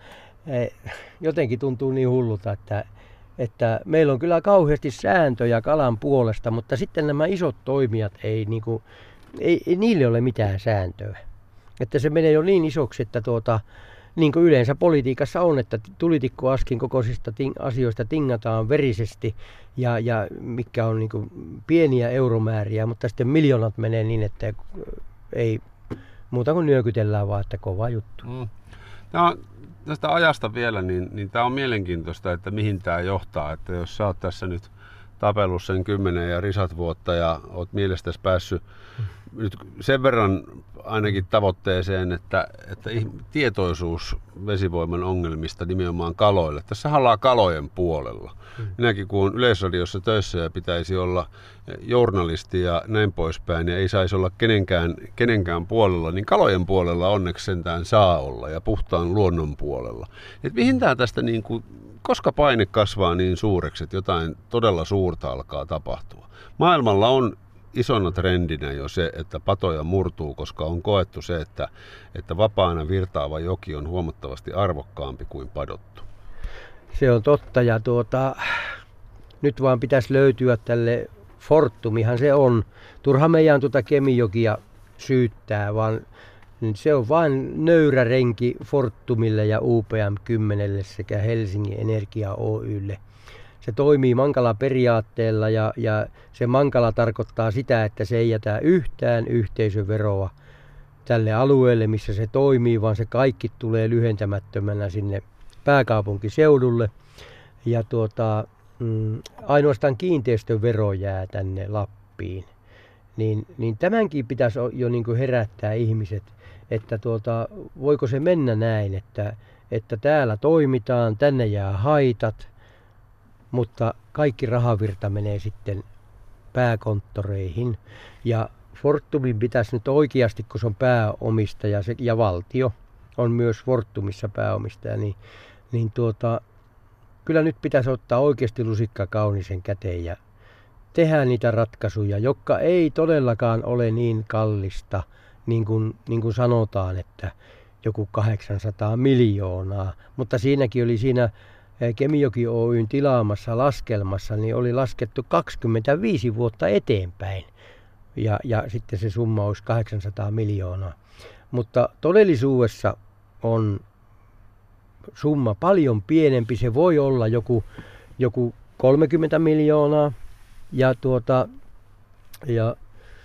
jotenkin tuntuu niin hullulta, että, että meillä on kyllä kauheasti sääntöjä kalan puolesta, mutta sitten nämä isot toimijat, ei, niin kuin, ei, ei niille ole mitään sääntöä. Että se menee jo niin isoksi, että tuota, niin kuin yleensä politiikassa on, että tulitikkuaskin kokoisista ting- asioista tingataan verisesti ja, ja mitkä on niin kuin pieniä euromääriä, mutta sitten miljoonat menee niin, että ei muuta kuin nyökytellään vaan, että kova juttu. Mm. Tämä on, tästä ajasta vielä, niin, niin tämä on mielenkiintoista, että mihin tämä johtaa. Että jos sä oot tässä nyt tapellut sen kymmenen ja risat vuotta ja oot mielestäsi päässyt mm. nyt sen verran ainakin tavoitteeseen, että, että tietoisuus vesivoiman ongelmista nimenomaan kaloille. Tässä ollaan kalojen puolella. Mm. Minäkin kun olen Yleisradiossa töissä ja pitäisi olla journalisti ja näin poispäin ja ei saisi olla kenenkään, kenenkään puolella, niin kalojen puolella onneksi sentään saa olla ja puhtaan luonnon puolella. Et mihin tämä tästä, niin kuin, koska paine kasvaa niin suureksi, että jotain todella suurta alkaa tapahtua? Maailmalla on isona trendinä jo se, että patoja murtuu, koska on koettu se, että, että vapaana virtaava joki on huomattavasti arvokkaampi kuin padottu. Se on totta ja tuota, nyt vaan pitäisi löytyä tälle Fortumihan se on. Turha meidän tuota Kemijokia syyttää, vaan se on vain nöyrä renki Fortumille ja U P M kymmenen sekä Helsingin Energia Oylle. Se toimii mankala periaatteella ja, ja se mankala tarkoittaa sitä, että se ei jätä yhtään yhteisöveroa tälle alueelle, missä se toimii, vaan se kaikki tulee lyhentämättömänä sinne pääkaupunkiseudulle. Ja tuota, mm, ainoastaan kiinteistövero jää tänne Lappiin. Niin, niin tämänkin pitäisi jo niin kuin herättää ihmiset, että tuota, voiko se mennä näin, että, että täällä toimitaan, tänne jää haitat, mutta kaikki rahavirta menee sitten pääkonttoreihin. Ja Fortumin pitäisi nyt oikeasti, kun se on pääomistaja ja valtio on myös Fortumissa pääomistaja, niin, niin tuota, kyllä nyt pitäisi ottaa oikeasti lusikka kaunisen käteen ja tehdä niitä ratkaisuja, jotka ei todellakaan ole niin kallista, niin kuin, niin kuin sanotaan, että joku kahdeksansataa miljoonaa. Mutta siinäkin oli siinä Kemijoki Oyn tilaamassa laskelmassa, niin oli laskettu kaksikymmentäviisi vuotta eteenpäin. Ja, ja sitten se summa olisi kahdeksansataa miljoonaa. Mutta todellisuudessa on summa paljon pienempi. Se voi olla joku, joku kolmekymmentä miljoonaa. Ja, tuota, ja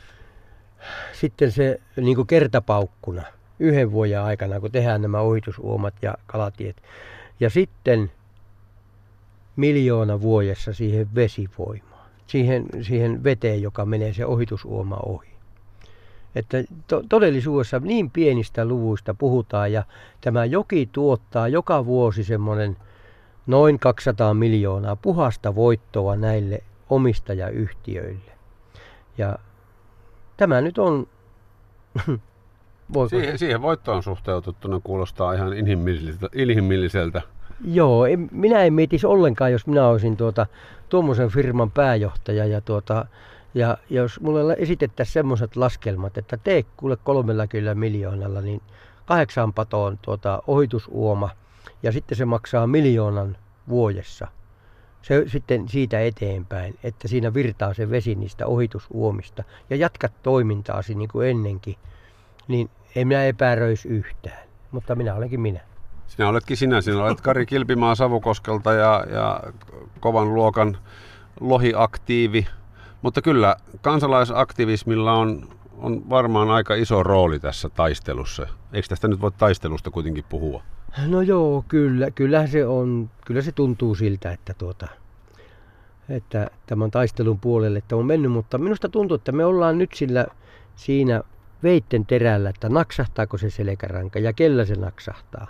sitten se niin kuin kertapaukkuna yhden vuoden aikana, kun tehdään nämä ohitusuomat ja kalatiet. Ja sitten miljoona vuodessa siihen vesivoimaan. siihen, siihen veteen, joka menee se ohitusuoma ohi. Että to, todellisuudessa niin pienistä luvuista puhutaan ja tämä joki tuottaa joka vuosi semmoinen noin kaksisataa miljoonaa puhasta voittoa näille omistajayhtiöille. Ja tämä nyt on... siihen, siihen voittoon suhteutettuna kuulostaa ihan inhimilliseltä. inhimilliseltä. Joo, en, minä en mietisi ollenkaan, jos minä olisin tuota, tuommoisen firman pääjohtaja ja, tuota, ja jos mulle esitettäisiin semmoiset laskelmat, että tee kuule kolmellakymmenellä miljoonalla, niin kahdeksan patoon tuota, ohitusuoma ja sitten se maksaa miljoonan vuodessa. Se sitten siitä eteenpäin, että siinä virtaa se vesi niistä ohitusuomista ja jatkat toimintaasi niin kuin ennenkin, niin en minä epäröisi yhtään, mutta minä olenkin minä. Sinä oletkin sinä, sinä olet Kari Kilpimaa Savukoskelta ja, ja kovan luokan lohiaktiivi, mutta kyllä kansalaisaktivismilla on, on varmaan aika iso rooli tässä taistelussa. Eikö tästä nyt voi taistelusta kuitenkin puhua? No joo, kyllä, kyllä se on, kyllä se tuntuu siltä, että, tuota, että tämän taistelun puolelle että on mennyt, mutta minusta tuntuu, että me ollaan nyt sillä siinä veitten terällä, että naksahtaako se selkäranka ja kellä se naksahtaa.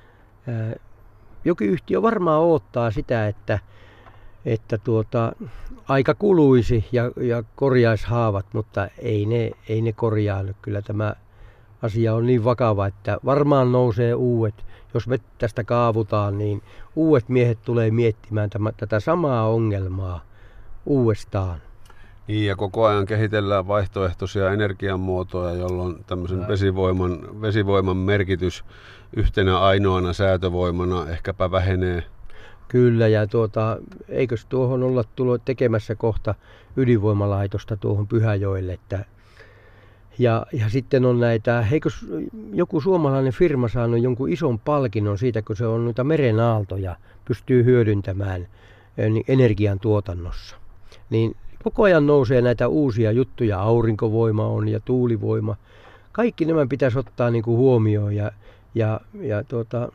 Jokin yhtiö varmaan odottaa sitä, että, että tuota, aika kuluisi ja, ja korjaisi haavat, mutta ei ne, ei ne korjaannu. Kyllä tämä asia on niin vakava, että varmaan nousee uudet, jos me tästä kaavutaan, niin uudet miehet tulee miettimään tämän, tätä samaa ongelmaa uudestaan. Niin, ja koko ajan kehitellään vaihtoehtoisia energiamuotoja, jolloin tämmöisen vesivoiman, vesivoiman merkitys yhtenä ainoana säätövoimana ehkäpä vähenee. Kyllä, ja tuota, eikös tuohon olla tullut tekemässä kohta ydinvoimalaitosta tuohon Pyhäjoelle. Että, ja, ja sitten on näitä, eikös joku suomalainen firma saanut jonkun ison palkinnon siitä, kun se on noita merenaaltoja, pystyy hyödyntämään energian tuotannossa. Niin koko ajan nousee näitä uusia juttuja, aurinkovoima on ja tuulivoima. Kaikki nämä pitäisi ottaa niin kuin huomioon ja, ja, ja tuota,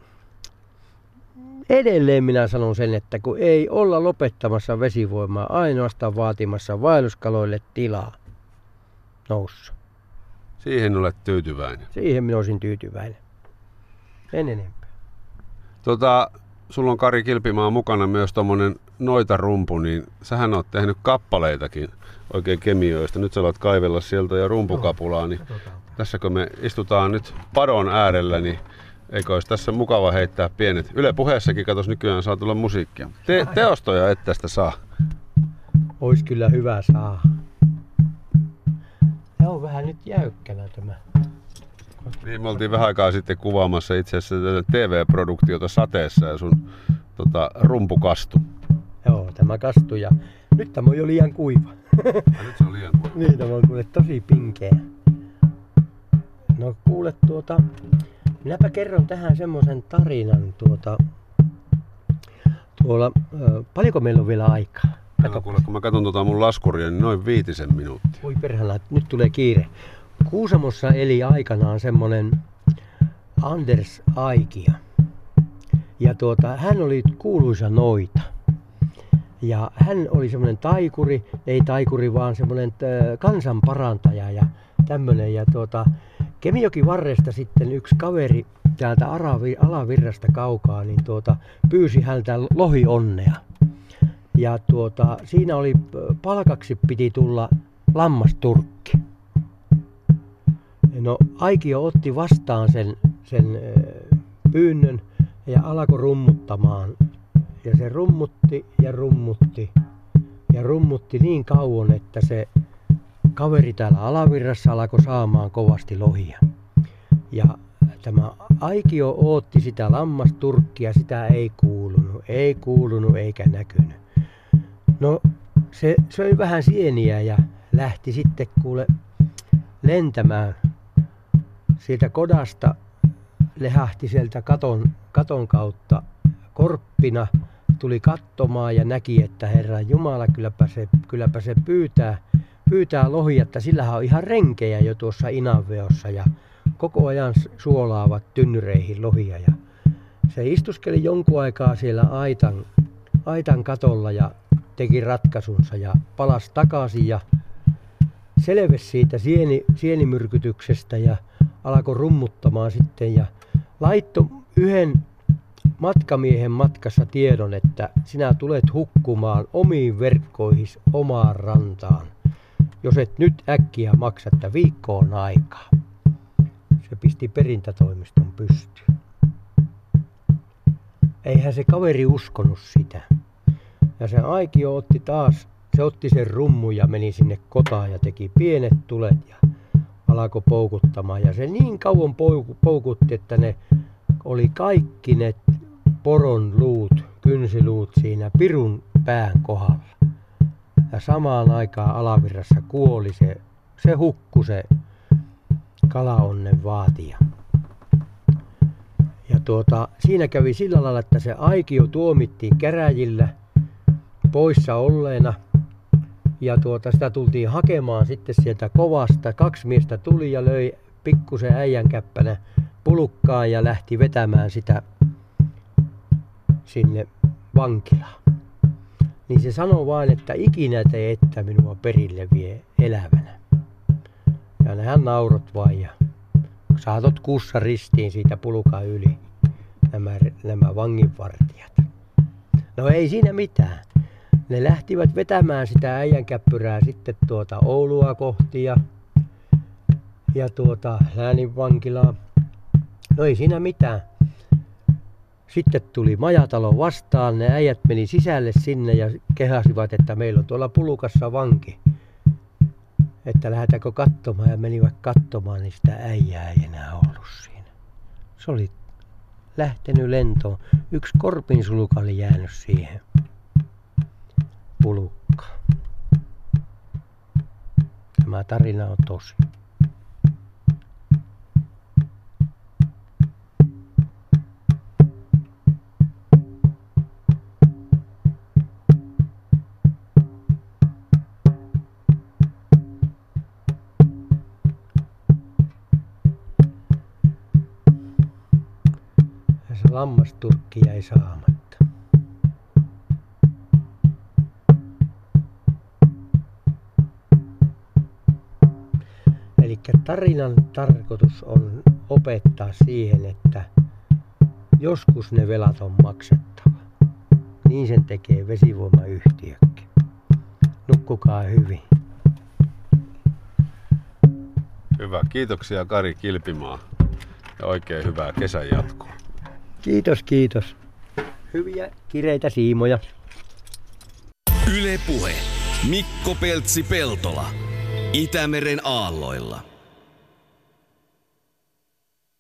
edelleen minä sanon sen, että kun ei olla lopettamassa vesivoimaa, ainoastaan vaatimassa vaelluskaloille tilaa noussa. Siihen olet tyytyväinen. Siihen minä olisin tyytyväinen. En enempää. Tota, sulla on Kari Kilpimaa mukana myös tommonen noitarumpu, niin sähän oot tehnyt kappaleitakin oikein kemioista. Nyt sä olet kaivella sieltä ja rumpukapulaa, niin tässä kun me istutaan nyt padon äärellä, niin eikö olisi tässä mukava heittää pienet. Yle Puheessakin, katos, nykyään saa tulla musiikkia. Te, teostoja et tästä saa. Ois kyllä hyvä saa. Tämä on vähän nyt jäykkänä tämä. Niin, me oltiin vähän aikaa sitten kuvaamassa itse asiassa tätä T V-produktiota sateessa ja sun tota, rumpu kastu. Joo, tämä kastu ja nyt tämä on jo liian kuiva. Ja nyt se on liian kuiva. Niin, tämä on kuule tosi pinkeä. No kuule tuota, minäpä kerron tähän semmoisen tarinan tuota, tuolla, äh, paljonko meillä on vielä aikaa? Kato, kuule, kun mä katson tuota mun laskuria, niin noin viitisen minuuttia. Voi perhana, nyt tulee kiire. Kuusamossa eli aikanaan semmonen Anders Aikia. Ja tuota, hän oli kuuluisa noita. Ja hän oli semmoinen taikuri, ei taikuri vaan semmoinen kansanparantaja ja tämmönen. Ja tuota, Kemijoki varresta sitten yksi kaveri täältä alavirrasta kaukaa, niin tuota, pyysi häntä lohionnea. Ja tuota, siinä oli palkaksi piti tulla lammasturkki. No Aikio otti vastaan sen, sen pyynnön ja alkoi rummuttamaan. Ja se rummutti ja rummutti ja rummutti niin kauan, että se kaveri täällä alavirrassa alkoi saamaan kovasti lohia. Ja tämä Aikio ootti sitä lammasturkkia, sitä ei kuulunut, ei kuulunut eikä näkynyt. No se söi vähän sieniä ja lähti sitten kuule lentämään siitä kodasta, lehahti sieltä katon, katon kautta korppina, tuli katsomaan ja näki, että Herran Jumala, kylläpä se, kylläpä se pyytää, pyytää lohia, että sillähän on ihan renkejä jo tuossa inanveossa ja koko ajan suolaavat tynnyreihin lohia. Ja se istuskeli jonkun aikaa siellä aitan, aitan katolla ja teki ratkaisunsa ja palasi takaisin ja selvesi siitä sieni, sienimyrkytyksestä ja alkoi rummuttamaan sitten ja laittoi yhden matkamiehen matkassa tiedon, että sinä tulet hukkumaan omiin verkkoihin omaan rantaan, jos et nyt äkkiä maksatta viikkoon aikaa. Se pisti perintätoimiston pystyyn. Eihän se kaveri uskonut sitä. Ja se Aikio otti taas, se otti sen rummun ja meni sinne kotaan ja teki pienet tulet ja alkoi poukuttamaan. Ja se niin kauan poukutti, että ne oli kaikki ne poron luut, kynsiluut siinä pirun pään kohdalla. Ja samaan aikaan alavirrassa kuoli se, se hukku se kalaonnen vaatija. Ja tuota, siinä kävi sillä lailla, että se Aikio tuomittiin käräjillä poissa olleena. Ja tuota, sitä tultiin hakemaan sitten sieltä kovasta. Kaksi miestä tuli ja löi pikkusen äijänkäppänä pulukkaan ja lähti vetämään sitä sinne vankilaan. Niin se sanoi vain, että ikinä te ette minua perille vie elävänä. Ja nehän naurot vain ja saatot kuussa ristiin siitä pulukan yli nämä, nämä vanginvartijat. No ei siinä mitään. Ne lähtivät vetämään sitä äijänkäppyrää sitten tuota Oulua kohti ja, ja tuota Läänin vankilaa. No ei siinä mitään. Sitten tuli majatalo vastaan, ne äijät meni sisälle sinne ja kehasivat, että meillä on tuolla pulukassa vanki. Että lähdetäänkö katsomaan ja menivät katsomaan, niin sitä äijää ei enää ollut siinä. Se oli lähtenyt lentoon. Yksi korpinsulka oli jäänyt siihen pulukkaan. Tämä tarina on tosi. Se lammasturkki jäi saamatta. Eli tarinan tarkoitus on opettaa siihen, että joskus ne velat on maksettava. Niin sen tekee vesivoimayhtiökin. Nukkukaa hyvin. Hyvä. Kiitoksia Kari Kilpimaa ja oikein hyvää kesän jatkoa. Kiitos, kiitos. Hyviä kireitä siimoja. Yle Puhe. Mikko Peltsi-Peltola. Itämeren aalloilla.